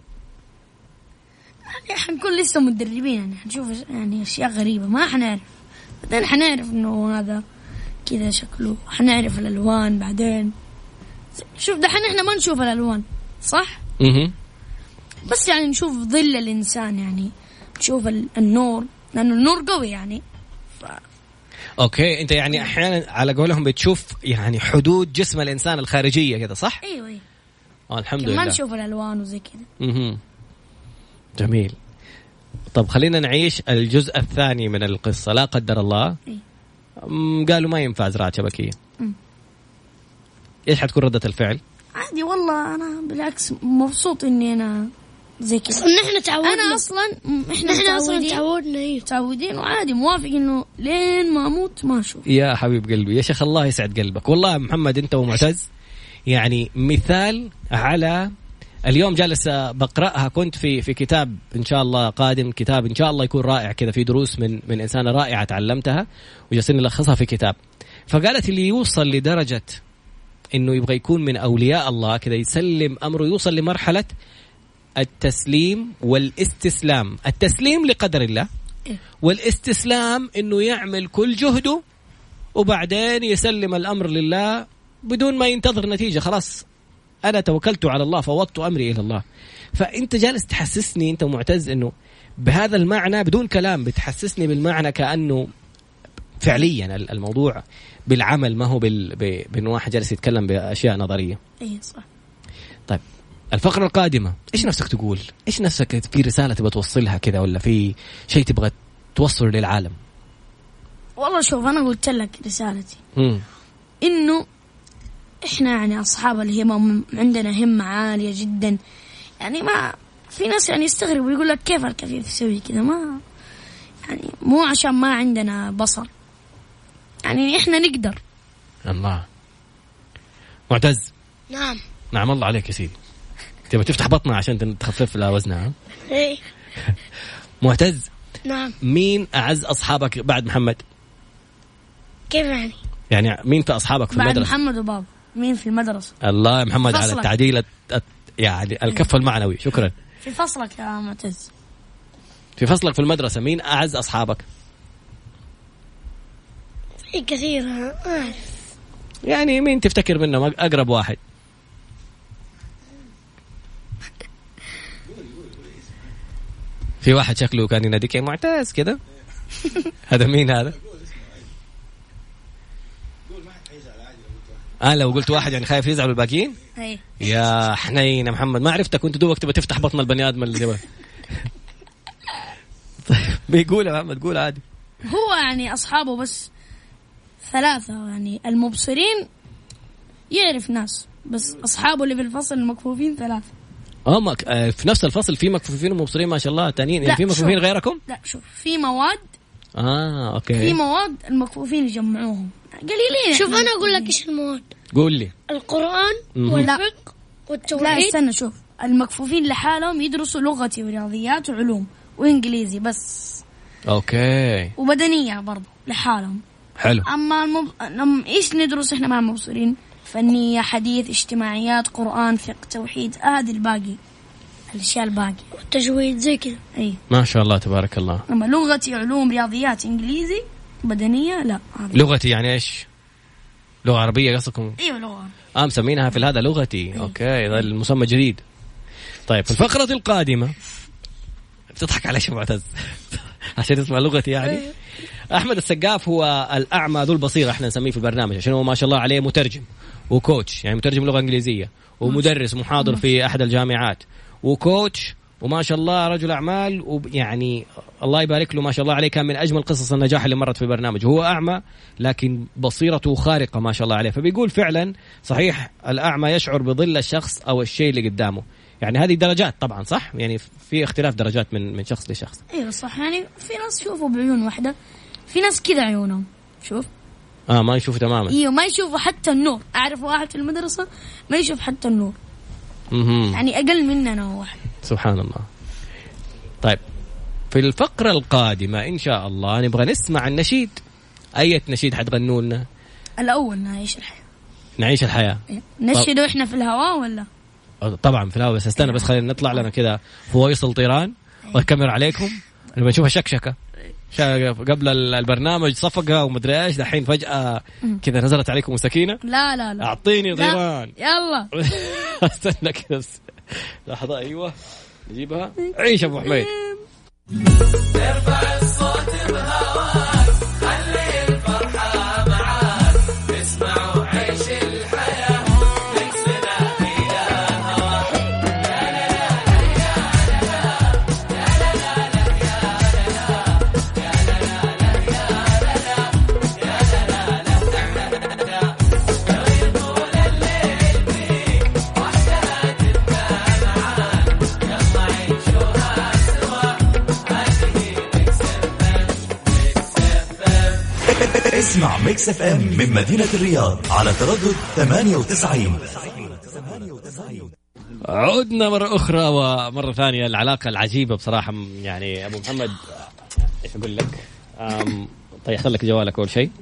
يعني حنكون لسه مدربين، يعني حنشوف يعني أشياء غريبة ما حنعرف، بعدين حنعرف إنه هذا كذا شكله، حنعرف الألوان بعدين. شوف دحين إحنا ما نشوف الألوان صح؟ بس يعني نشوف ظل الإنسان، يعني نشوف النور، لأنه النور قوي يعني اوكي، انت يعني احيانا على قولهم بتشوف يعني حدود جسم الانسان الخارجيه كده، صح؟ ايوه الحمد لله. ما نشوف الالوان وزي كده. جميل. طب خلينا نعيش الجزء الثاني من القصه. لا قدر الله قالوا ما ينفع زراعه شبكيه، ايش حتكون ردة الفعل؟ عادي والله، انا بالعكس مبسوط اني انا زي كذا. نحن تعودنا، انا اصلا احنا اصلا تعودنا متعودين وعادي موافق انه لين ما اموت ما اشوف. يا حبيب قلبي يا شيخ، الله يسعد قلبك والله. محمد انت ومعتز يعني مثال على اليوم جالس بقرأها، كنت في كتاب إن شاء الله قادم، كتاب إن شاء الله يكون رائع كذا، في دروس من إنسانة رائعة تعلمتها وجالسين نلخصها في كتاب. فقالت اللي يوصل لدرجة إنه يبغى يكون من أولياء الله كذا، يسلم أمره، يوصل لمرحلة التسليم والاستسلام. التسليم لقدر الله، والاستسلام إنه يعمل كل جهده وبعدين يسلم الأمر لله بدون ما ينتظر نتيجة. خلاص أنا توكلت على الله، فوضت أمري إلى الله. فأنت جالس تحسسني أنت معتز أنه بهذا المعنى بدون كلام، بتحسسني بالمعنى كأنه فعليا الموضوع بالعمل، ما هو بأنه واحد جالس يتكلم بأشياء نظرية. إيه صح. طيب الفقرة القادمة إيش نفسك تقول؟ إيش نفسك في رسالة تبغى توصلها كذا، ولا في شيء تبغى توصله للعالم؟ والله شوف، أنا قلت لك رسالتي إنه إحنا يعني أصحاب الهمم، عندنا همة عالية جدا. يعني ما في ناس يعني يستغرب ويقول لك كيف الكفيف يسوي كذا، ما يعني مو عشان ما عندنا بصر، يعني إحنا نقدر. الله. معتز. نعم الله عليك يا سيدي، تبغى تفتح بطنها عشان تخفف لها وزنها. ايه. معتز. نعم. مين أعز أصحابك بعد محمد؟ كيف يعني مين في أصحابك في بعد المدرسة؟ محمد وبابا مين في المدرسة؟ الله يا محمد على التعديل يعني الكف المعنوي. شكرا. في فصلك يا معتز، في فصلك في المدرسة مين أعز أصحابك؟ في كثير. يعني مين تفتكر منهم أقرب واحد؟ في واحد شكله كان يناديك يا معتز كده. هذا مين هذا؟ لو قلت واحد يعني خايف يزعل الباقيين. يا حنين يا محمد، ما عرفتك وانت دوبك تبى تفتح بطن البني ادم اللي جوا. طيب بيقول يا محمد، قول عادي. هو يعني اصحابه بس 3، يعني المبصرين يعرف ناس، بس اصحابه اللي في الفصل المكفوفين 3. في نفس الفصل في مكفوفين ومبصرين ما شاء الله تانيين، يعني في مكفوفين غيركم؟ لا شوف، في مواد اوكي، في مواد المكفوفين يجمعوهم قليلين. شوف انا اقول لك ايش المواد. قول لي. القرآن والفقه والتوحيد. لا استنى، شوف المكفوفين لحالهم يدرسوا لغتي ورياضيات وعلوم وانجليزي بس. اوكي. وبدنية برضو لحالهم. حلو. اما ايش ندرس احنا مع المبصرين؟ فنية، حديث، اجتماعيات، قرآن، فقه، توحيد، هذه الباقي الاشياء الباقي والتجويد زي كذا. اي ما شاء الله تبارك الله. اما لغتي، علوم، رياضيات، انجليزي، بدنية لا. لغتي يعني ايش؟ لغة عربية قصدكم؟ ايوه لغة. مسمينها في هذا لغتي. اوكي، هذا المسمى جديد. طيب في الفقرة القادمة بتضحك على شو معتز؟ عشان اسمع لغتي يعني. أحمد السقاف هو الأعمى ذو البصيرة احنا نسميه في البرنامج، عشان هو ما شاء الله عليه مترجم وكوتش، يعني مترجم لغة إنجليزية ومدرس محاضر في أحد الجامعات وكوتش، وما شاء الله رجل أعمال، ويعني الله يبارك له ما شاء الله عليه، كان من أجمل قصص النجاح اللي مرت في البرنامج. هو أعمى لكن بصيرته خارقة ما شاء الله عليه. فبيقول فعلا صحيح الأعمى يشعر بظل الشخص أو الشيء اللي قدامه. يعني هذه درجات طبعا، صح؟ يعني في اختلاف درجات من شخص لشخص. ايوه صح، يعني في ناس يشوفوا بعيون واحدة، في ناس كذا عيونهم شوف ما يشوفوا تماما. ايوه ما يشوفوا حتى النور. اعرف واحد في المدرسة ما يشوف حتى النور. يعني اقل مننا واحد. سبحان الله. طيب في الفقرة القادمة إن شاء الله نبغى نسمع النشيد. أي نشيد حتغنوا لنا؟ الأول نعيش الحياة. نعيش الحياة. نشيدوا إحنا في الهواء ولا؟ طبعا في الهواء، بس استنى بس خلينا نطلع لنا كذا فويصل طيران والكاميرا عليكم نبغى نشوفها شكشكة. قبل البرنامج صفقة ومدري ايش، دحين فجأة كذا نزلت عليكم سكينة. لا أعطيني طيران. يلا استنى كذا لحظة. أيوة نجيبها. عيش أبو حميد. ارفع الصوت بهواك، خلي الفرحة اسمع ميكس اف ام من مدينة الرياض على تردد 98. عدنا مرة أخرى ومرة ثانية. العلاقة العجيبة بصراحة يعني أبو محمد، إيش أقول لك؟ طيب خليك جوالك أول شيء.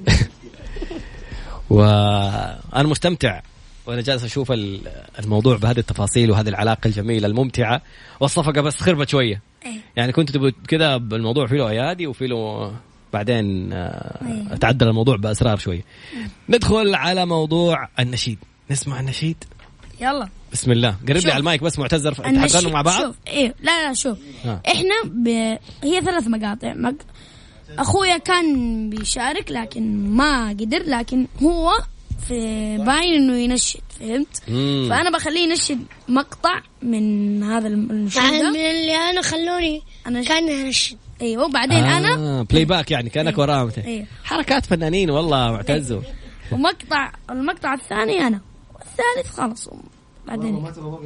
وأنا مستمتع وأنا جالس أشوف الموضوع بهذه التفاصيل وهذه العلاقة الجميلة الممتعة. والصفقة بس خربت شوية، يعني كنت تبغى كذا بالموضوع، في له أيادي وفي له بعدين تعدل الموضوع بأسرار شوية. ندخل على موضوع النشيد، نسمع النشيد. يلا بسم الله. قرب لي على المايك بس معتذر، تحضروا مع بعض. شوف إيه لا شوف إحنا هي 3 مقاطع. أخويا كان بيشارك لكن ما قدر، لكن هو في باين إنه ينشد، فهمت؟ فأنا بخليه ينشد مقطع من هذا النشيد من اللي أنا خلوني أنا كان أنشد. أيوه وبعدين أنا بلاي باك يعني كأنك وراه. حركات فنانين والله معتزوا. ومقطع المقطع الثاني أنا، والثالث خلاص بعدين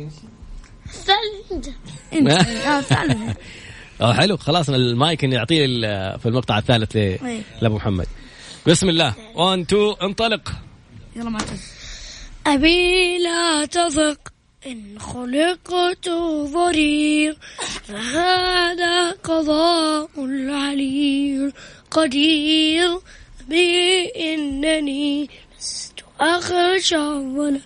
الثالث الثالث. حلو خلاص المايك إني أعطيه في المقطع الثالث لأبو محمد. بسم الله 1 2 انطلق. يلا معتز. أبي لا تثق إن خلقت ضرير، فهذا قضاء العلي قدير. أبي إنني لست أخشى الظلام،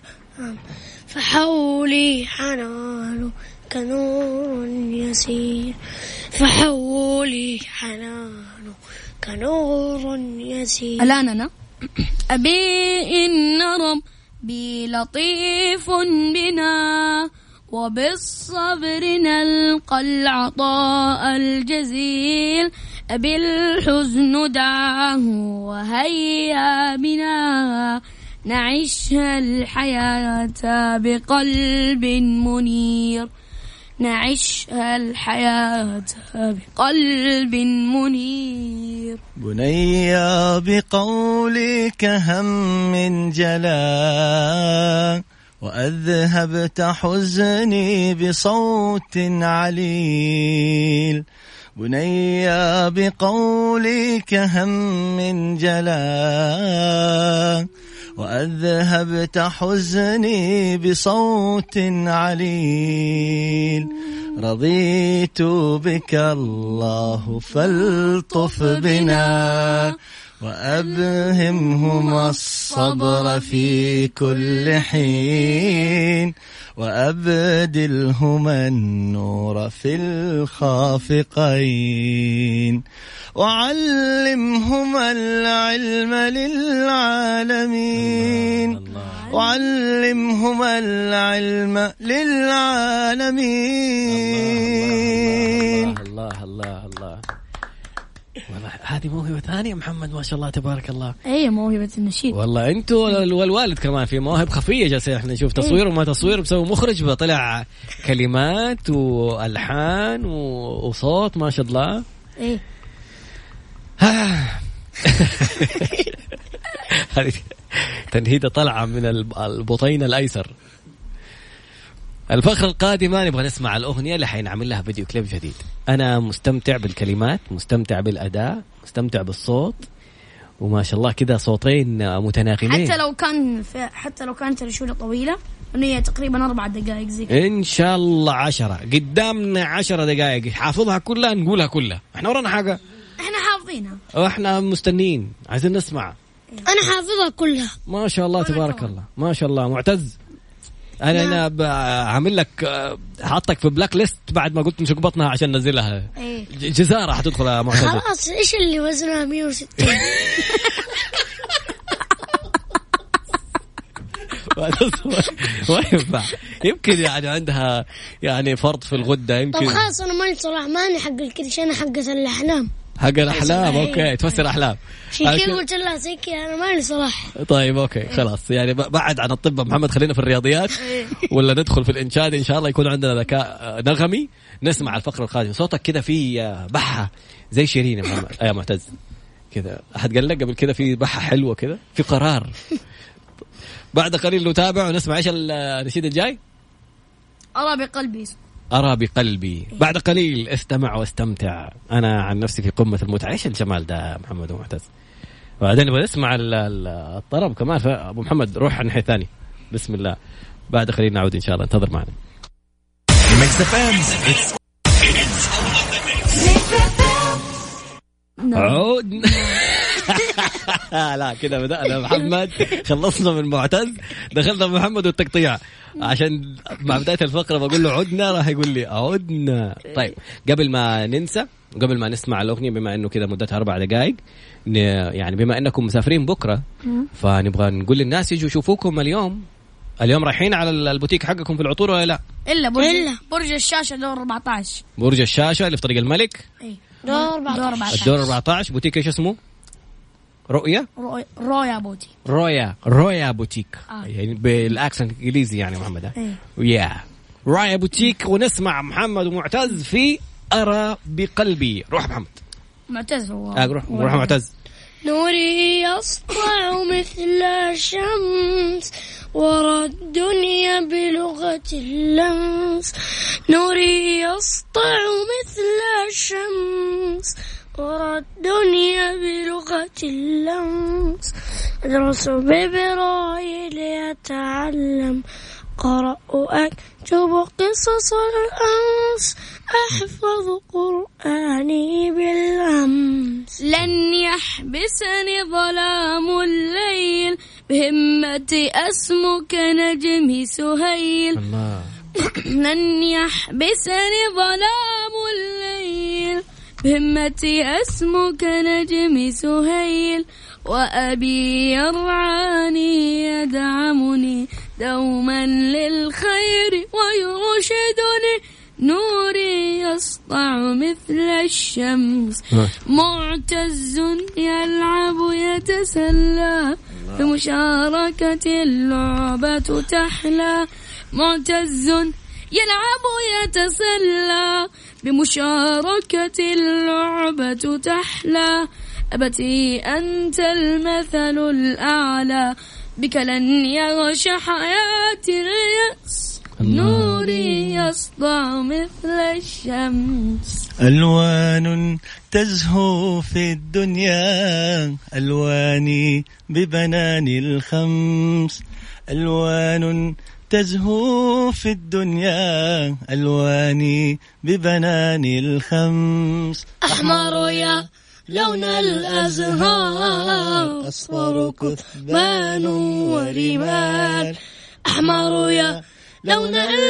فحولي حنان كنور يسير، فحولي حنان كنور يسير. الآن أنا أبي إن ربي لطيف بنا، وبالصبر نلقى العطاء الجزيل. أبي الحزن دعاه وهيا بنا، نعيش الحياة بقلب منير، نعيش الحياة بقلب منير. بني بقولك هم جلا، وأذهبت حزني بصوت عليل. بني بقولك هم جلا، وأذهبت حزني بصوت عليل. رضيت بك الله فالطف بنا، وأبهمهما الصبر في كل حين، وأبدلهما النور في الخافقين، وعلمهما العلم للعالمين، وعلمهما العلم للعالمين. الله الله الله. والله هذه موهبة ثانية محمد، ما شاء الله تبارك الله. ايه موهبة النشيد والله انتوا والوالد كمان في مواهب خفية. جالسين احنا نشوف تصوير وما تصوير، بسوي مخرج بطلع كلمات والحان وصوت ما شاء الله. ايه هذه تنهيدة طلعة من البطين الأيسر. الفقرة القادمة نبغى نسمع الأغنية اللي حينعمل لها فيديو كليب جديد. أنا مستمتع بالكلمات، مستمتع بالأداء، مستمتع بالصوت، وما شاء الله كده صوتين متناغمين. حتى لو كانت الرشولة طويلة، إنه هي تقريبا 4 دقائق زي. إن شاء الله 10 قدامنا 10 دقائق حافظها كلها، نقولها كلها. إحنا ورانا حاجة؟ إحنا حافظينها وإحنا مستنين عايزين نسمع. أنا حافظها كلها ما شاء الله تبارك الله. ما شاء الله معتز. أنا عامل لك حاطك في بلاك ليست بعد ما قلت نشق بطنها عشان ننزلها. جزارة حتدخل يا معتز. خلاص إيش اللي وزنها 160؟ ما ينفع. يمكن يعني عندها يعني فرط في الغدة يمكن. طب خلاص أنا ماني صلاح، ماني حق الكرش، أنا حقة الأحلام. حق الأحلام. أوكي تفسر أحلام. شكل قلت لها سكي أنا ماني صلاح. طيب أوكي خلاص يعني بعد عن الطب محمد خلينا في الرياضيات ولا ندخل في الإنشاد إن شاء الله يكون عندنا ذكاء نغمي. نسمع الفقرة القادمة. صوتك كده في بحة زي شيرين يا محمد. يا معتز كذا أحد قال لك قبل كده في بحة حلوة كده في قرار. بعد قليل نتابع ونسمع إيش النشيد الجاي. أرى بقلبي. أرى بقلبي. بعد قليل استمع واستمتع. أنا عن نفسي في قمة المتعة. إيش الجمال ده محمد ومعتز. وبعدين نبغى نسمع الطرب كمان. فأبو محمد روح على الناحية الثانية. بسم الله. بعد خلينا نعود إن شاء الله. انتظر معنا. عود. لا كده بدأنا محمد، خلصنا من معتز، دخلنا محمد والتقطيع. عشان مع بداية الفقرة بقول له عدنا، راح يقول لي عدنا. طيب قبل ما ننسى، قبل ما نسمع الأغنية، بما أنه كده مدتها 4 دقائق، يعني بما أنكم مسافرين بكرة فنبغى نقول للناس يجوا يشوفوكم اليوم رايحين على البوتيك حقكم في العطور ولا لا؟ إلا برج الشاشة دور 14. برج الشاشة اللي في طريق الملك. دور 14. الدور 14. بوتيك ايش اسمه؟ رويا بوتيك. رويا بوتيك. يعني بالاكسنت الانجليزي يعني محمد. يا رويا بوتيك. ونسمع محمد ومعتز في أرى بقلبي. روح محمد. معتز هو. روح معتز. نوري يسطع مثل الشمس ورا الدنيا بلغة اللمس. نوري يسطع مثل الشمس ورا الدنيا بلغة اللمس. أدرس ببرايل يتعلم، قرأ أكتب قصص الأمس، أحفظ قرآني بالأمس. لن يحبسني ظلام الليل، بهمتي أسمك نجمي سهيل. لن يحبسني ظلام الليل، بهمتي أسمك نجمي سهيل. وأبي يرعاني يدعمني دوما للخير ويرشدني. نوري يسطع مثل الشمس، معتز يلعب يتسلى، بمشاركة اللعبة تحلى. معتز يلعب يتسلى، بمشاركة اللعبة تحلى. أبتي أنت المثل الأعلى، بك لن يغش حياتي اليأس. نوري يسطع مثل الشمس. ألوان تزهو في الدنيا، ألواني ببنان الخمس. ألوان تزهو في الدنيا، ألواني ببنان الخمس. أحمر يا لون الأزهار، أصفر كثبان ورمال. أحمر يا لون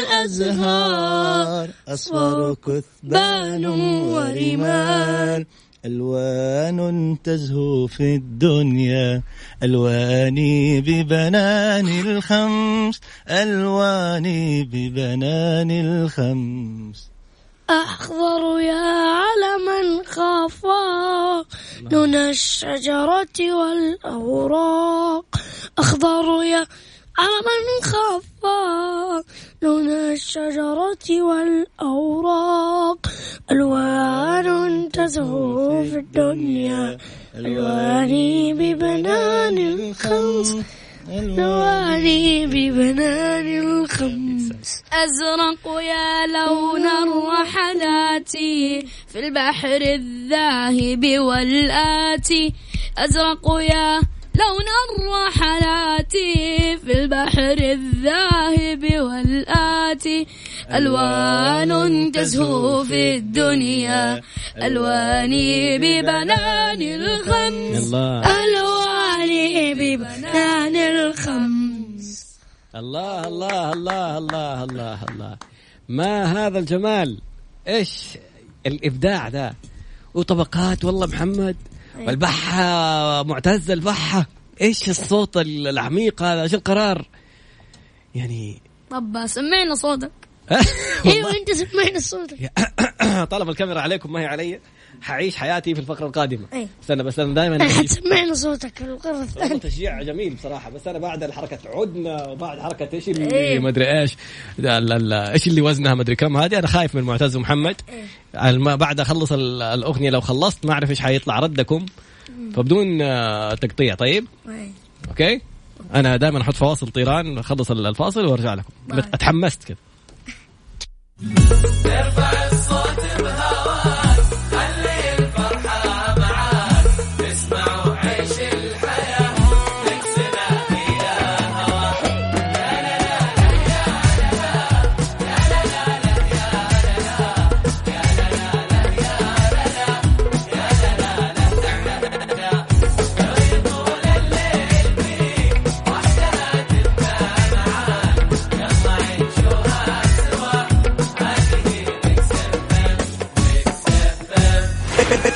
الأزهار، أصفر كثبان ورمال. ألوان تزهو في الدنيا، ألواني ببنان الخمس. ألواني ببنان الخمس. أخضر يا علما خافا، لون الشجرة والأوراق. أخضر يا علما خافا، لون الشجرة والأوراق. ألوان تزهو في الدنيا، ألواني ببنان الخمس. ألواني ببنان الخمس. أزرق يا لون الرحلات، في البحر الذاهب والآتي. أزرق يا لون الرحلات، في البحر الذاهب والآتي. ألوان تزهو في الدنيا، ألواني ببنان الخمس. ألواني ببنان الخمس. الله الله الله الله الله الله. ما هذا الجمال، ايش الابداع ده، وطبقات والله محمد. والبحة معتز، البحة ايش الصوت العميق هذا، ايش القرار يعني. طب سمعنا صوتك. ايوه انت سمعنا صوتك. طالما الكاميرا عليكم ما هي علي، حعيش حياتي في الفقرة القادمة. استنى بس انا دائما سمعنا صوتك القرة الثانية. تشجيع جميل بصراحة، بس انا بعد الحركة عدنا، وبعد حركة ايش اللي ما ادري ايش ايش اللي وزنها ما ادري كم، هذه انا خايف من معتز ومحمد. بعد اخلص الاغنية لو خلصت ما اعرف ايش حيطلع ردكم، فبدون تقطيع. طيب اوكي، انا دائما احط فواصل طيران، اخلص الفاصل وارجع لكم. اتحمست كده. ارفع الصوت بهواك، خلي الفرحة معاك، اسمع وعيش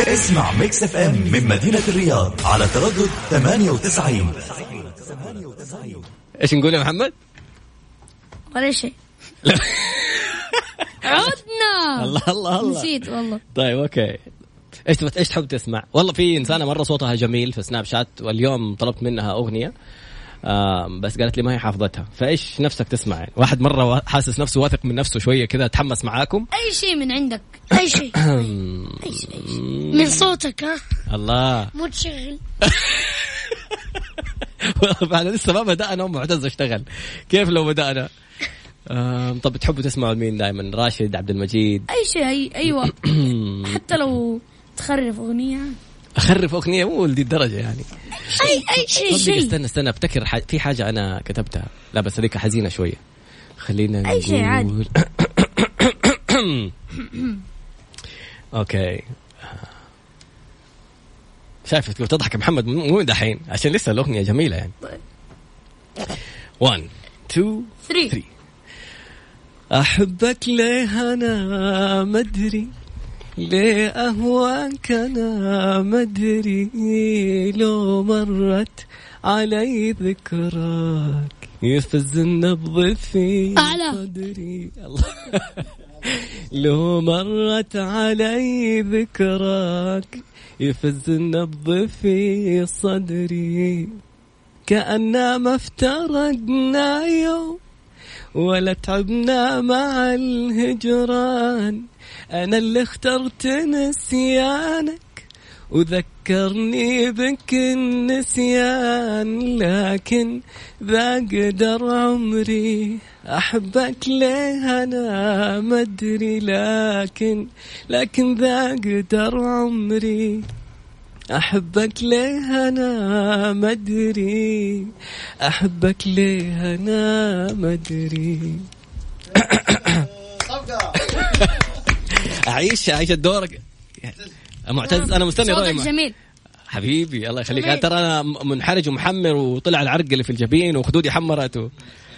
اسمع ميكس اف ام من مدينة الرياض على تردد 98. ايش نقول يا محمد؟ ولا شيء. عدنا. الله نسيت والله. طيب اوكي، ايش تحب تسمع؟ والله في انسانه مره صوتها جميل في سناب شات، واليوم طلبت منها اغنيه بس قالت لي ما هي حافظتها. فايش نفسك تسمع يعني؟ واحد مره حاسس نفسه واثق من نفسه شويه كذا، تحمس معاكم. اي شيء من عندك، اي شيء. اي شيء من صوتك. ها الله مو تشغل. بعد لسه ما بدأنا ومعتز اشتغل. كيف لو بدأنا؟ طب تحبوا تسمعوا مين دائما؟ راشد، عبد المجيد، اي شيء. ايوه. حتى لو تخرف اغنيه. اخرف اغنيه مو لدي الدرجه يعني. اي شيء. استنى ابتكر في حاجه انا كتبتها، لا بس هذيك حزينه شويه. خلينا اي شيء عادي. اوكي، شايف تقول تضحك محمد مو دحين عشان لسه الاغنيه جميله يعني. 1 2 3. احبك ليه انا مدري، ليه أهواك أنا مدري، لو مرت علي ذكراك يفز النبض في صدري. لو مرت علي ذكراك يفز النبض في صدري، كأننا ما افترقنا يوم ولا تعبنا مع الهجران. أنا اللي اخترت نسيانك وذكرني بك النسيان، لكن ذا قدر عمري. أحبك ليه أنا مدري، لكن ذا قدر عمري. أحبك ليه أنا مدري، أحبك ليه أنا مدري. أعيش دورك معتز. أنا مستني رأيك. جميل حبيبي الله يخليك. ترى أنا منحرج ومحمر وطلع العرق اللي في الجبين وخدودي حمرت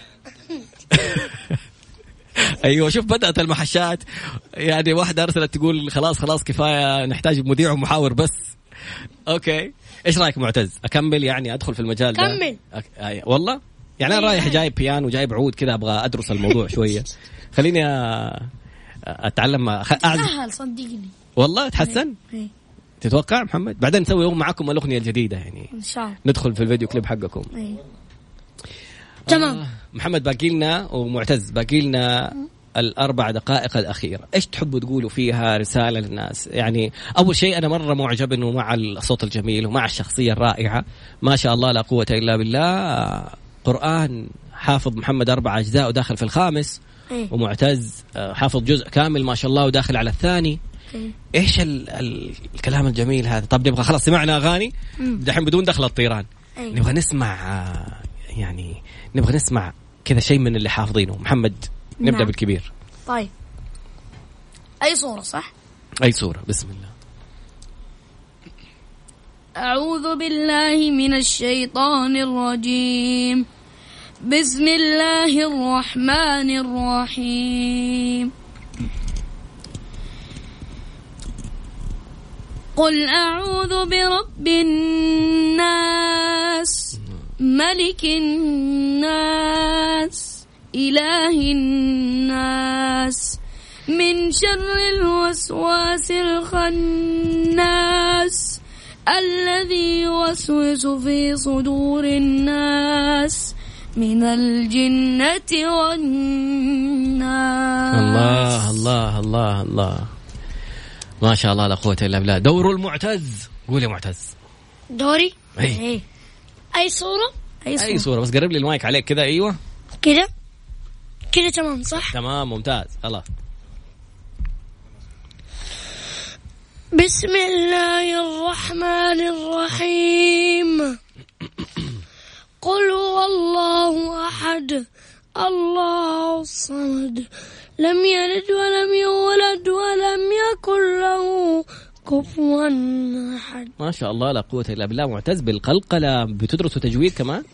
أيوة شوف بدأت المحشات يعني. واحدة أرسلت تقول خلاص كفاية، نحتاج مذيع ومحاور بس. أوكي إيش رأيك معتز؟ أكمل يعني أدخل في المجال ده؟ كمل. والله يعني أنا رايح جايب بيانو وجايب عود كذا، أبغى أدرس الموضوع شوية. خليني أتعلم سهل صدقني والله. تحسن؟ تتوقع محمد؟ بعدين نسوي معكم الأغنية الجديدة يعني إن شاء الله، ندخل في الفيديو كليب حقكم. تمام. محمد باقي لنا ومعتز باقي لنا 4 دقائق الأخيرة. إيش تحبوا تقولوا فيها رسالة للناس؟ يعني أول شيء أنا مرة معجب إنه مع الصوت الجميل ومع الشخصية الرائعة ما شاء الله لا قوة إلا بالله. قرآن حافظ محمد 4 أجزاء وداخل في الخامس، ومعتز حافظ جزء كامل ما شاء الله وداخل على الثاني. إيش الكلام الجميل هذا؟ طب نبغى خلاص سمعنا أغاني دحين بدون دخل الطيران. نبغى نسمع يعني نبغى نسمع كذا شيء من اللي حافظينه. محمد نبدأ نعم. بالكبير. طيب أي صورة صح؟ أي صورة. بسم الله. أعوذ بالله من الشيطان الرجيم. بسم الله الرحمن الرحيم. قل أعوذ برب الناس ملك الناس إله الناس من شر الوسواس الخناس الذي يوسوس في صدور الناس من الجنة والناس. الله الله الله الله ما شاء الله لا قوة إلا بالله. دور المعتز. قول يا معتز. دوري. أي أي صورة. أي صورة بس قرب لي المايك عليك كذا. أيوة كده تمام صح. تمام ممتاز. خلاص. بسم الله الرحمن الرحيم. قل هو الله أحد الله الصمد لم يلد ولم يولد ولم يكن له كفوا أحد. ما شاء الله لا قوة إلا بالله. معتز بالقلقلة. بتدرسوا تجويد كمان؟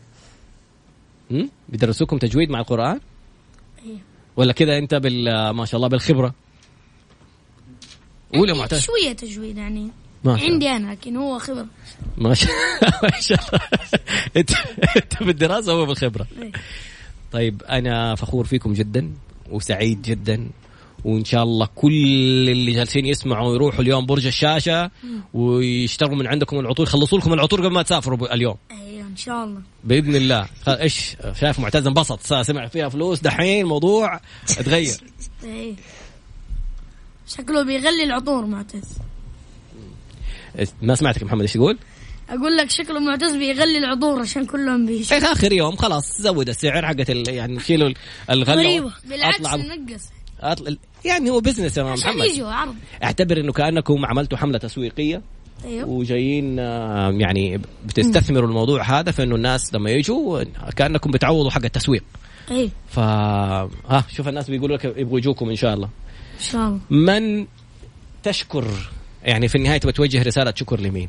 بيدرسوكم تجويد مع القرآن؟ ولا كذا أنت ما شاء الله بالخبرة؟ قول يا معتز. شوية تجويد يعني ما عندي أنا، لكن هو خبر. ما شاء الله. انت بالدراسة هو بالخبرة. طيب أنا فخور فيكم جدا وسعيد جدا، وإن شاء الله كل اللي جالسين يسمعوا يروحوا اليوم برج الشاشة ويشتروا من عندكم العطور، يخلصوا لكم العطور قبل ما تسافروا اليوم. أيوة إن شاء الله بإذن الله. إيش شايف معتز انبسط، سمع فيها فلوس دحين الموضوع اتغير. أيه. شكله بيغلي العطور معتز. ما سمعتك محمد ايش يقول؟ أقول لك شكله معتز بيغلي العطور عشان كلهم بيشتروا. إيه آخر يوم خلاص زود السعر حقت يعني شيلوا الغلة. أيوة بالعكس نقص. يعني هو بزنس يا محمد. اعتبر إنه كأنكم عملتوا حملة تسويقية. أيوة. وجايين يعني بتستثمروا الموضوع هذا، فإنه الناس لما يجوا كأنكم بتعوضوا حق التسويق. أيوة. شوف الناس بيقولوا لك يبغوا يجوكم إن شاء الله. إن شاء الله. من تشكر يعني في النهاية بتوجه رسالة شكر لمين؟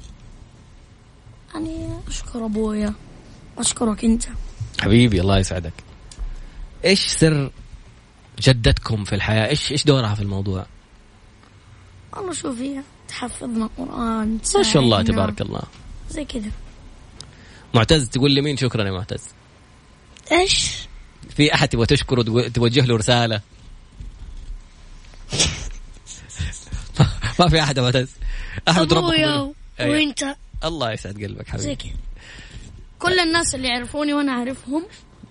يعني أشكر أبويا، أشكرك أنت حبيبي الله يسعدك. إيش سر جدتكم في الحياة؟ إيش دورها في الموضوع؟ والله شوفي تحفظنا قرآن، ما شاء الله تبارك الله زي كذا. معتز تقول لي مين شكرا يا معتز؟ إيش؟ في أحد تبغى تشكره توجه له رسالة؟ ما في أحد يا معتز. أحمد أبويا وأنت. الله يسعد قلبك حبيبي. زي كذا كل الناس اللي يعرفوني وأنا أعرفهم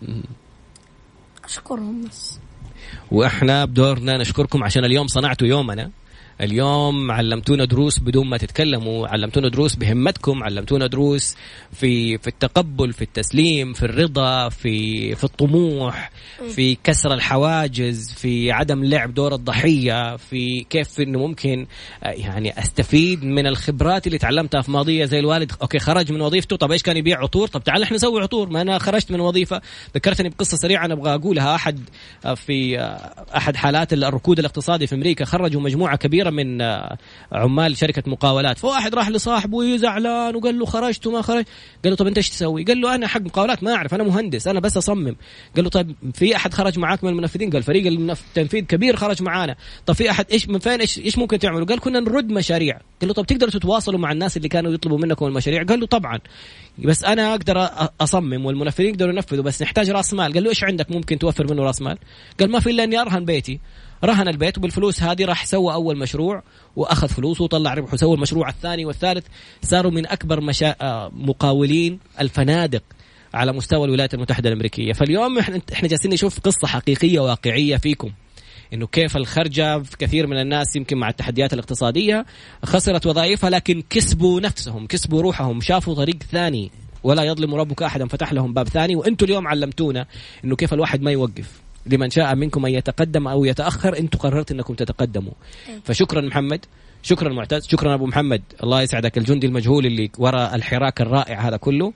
أشكرهم بس. وإحنا بدورنا نشكركم عشان اليوم صنعتوا يومنا. اليوم علمتونا دروس بدون ما تتكلموا، علمتونا دروس بهمتكم، علمتونا دروس في التقبل، في التسليم، في الرضا، في الطموح، في كسر الحواجز، في عدم لعب دور الضحية، في كيف إنه ممكن يعني أستفيد من الخبرات اللي تعلمتها في ماضية. زي الوالد أوكي خرج من وظيفته، طب إيش كان يبيع عطور، طب تعال إحنا نسوي عطور. ما أنا خرجت من وظيفة. ذكرتني بقصة سريعة أنا أبغى أقولها. في أحد حالات الركود الاقتصادي في أمريكا خرجوا مجموعة كبيرة من عمال شركة مقاولات، فواحد راح لصاحبه زعلان وقال له خرجت وما خرج. قال له طب انت ايش تسوي؟ قال له انا حق مقاولات ما اعرف، انا مهندس، انا بس اصمم. قال له طيب في احد خرج معاك من المنفذين؟ قال فريق التنفيذ كبير خرج معانا. طب في احد ايش من فين ايش ممكن تعملوا؟ قال كنا نرد مشاريع. قال له طب تقدروا تتواصلوا مع الناس اللي كانوا يطلبوا منكم المشاريع؟ قال له طبعا، بس انا اقدر اصمم والمنفذين يقدروا ينفذوا، بس نحتاج راس مال. قال له ايش عندك ممكن توفر منه راس مال؟ قال ما في الا اني ارهن بيتي. رهن البيت وبالفلوس هذه راح سوى أول مشروع وأخذ فلوسه وطلع ربح وسوى المشروع الثاني والثالث. صاروا من أكبر مقاولين الفنادق على مستوى الولايات المتحدة الأمريكية. فاليوم إحنا جالسين نشوف قصة حقيقية واقعية فيكم، إنه كيف الخرجة في كثير من الناس يمكن مع التحديات الاقتصادية خسرت وظائفها، لكن كسبوا نفسهم، كسبوا روحهم، شافوا طريق ثاني. ولا يظلم ربك أحدا، فتح لهم باب ثاني. وأنتوا اليوم علمتونا إنه كيف الواحد ما يوقف. لمن شاء منكم أن يتقدم أو يتأخر، أنتوا قررت أنكم تتقدموا. فشكرا محمد، شكرا معتز، شكرا أبو محمد، الله يسعدك، الجندي المجهول اللي وراء الحراك الرائع هذا كله.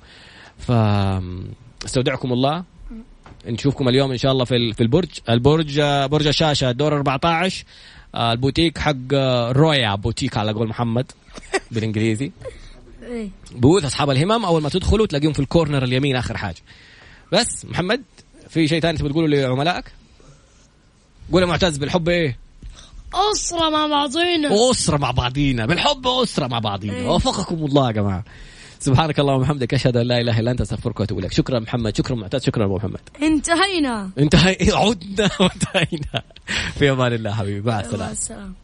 فاستودعكم الله، نشوفكم اليوم إن شاء الله في البرج برج الشاشة دور 14 البوتيك حق رويا بوتيك على قول محمد بالإنجليزي. بوث أصحاب الهمم أول ما تدخلوا تلاقيهم في الكورنر اليمين آخر حاجة. بس محمد في شيء ثاني تبي تقوله لعملائك؟ قول يا معتز بالحب ايه؟ أسرة مع بعضينا. أسرة مع بعضينا بالحب، أسرة مع بعضينا. وفقكم الله يا جماعة. سبحانك اللهم وبحمدك، أشهد أن لا إله إلا أنت، أستغفرك وأتوب إليك. شكرا محمد، شكرا معتز، شكرا أبو محمد. انتهينا عدنا وانتهينا. في أمان الله حبيبي، مع السلامة.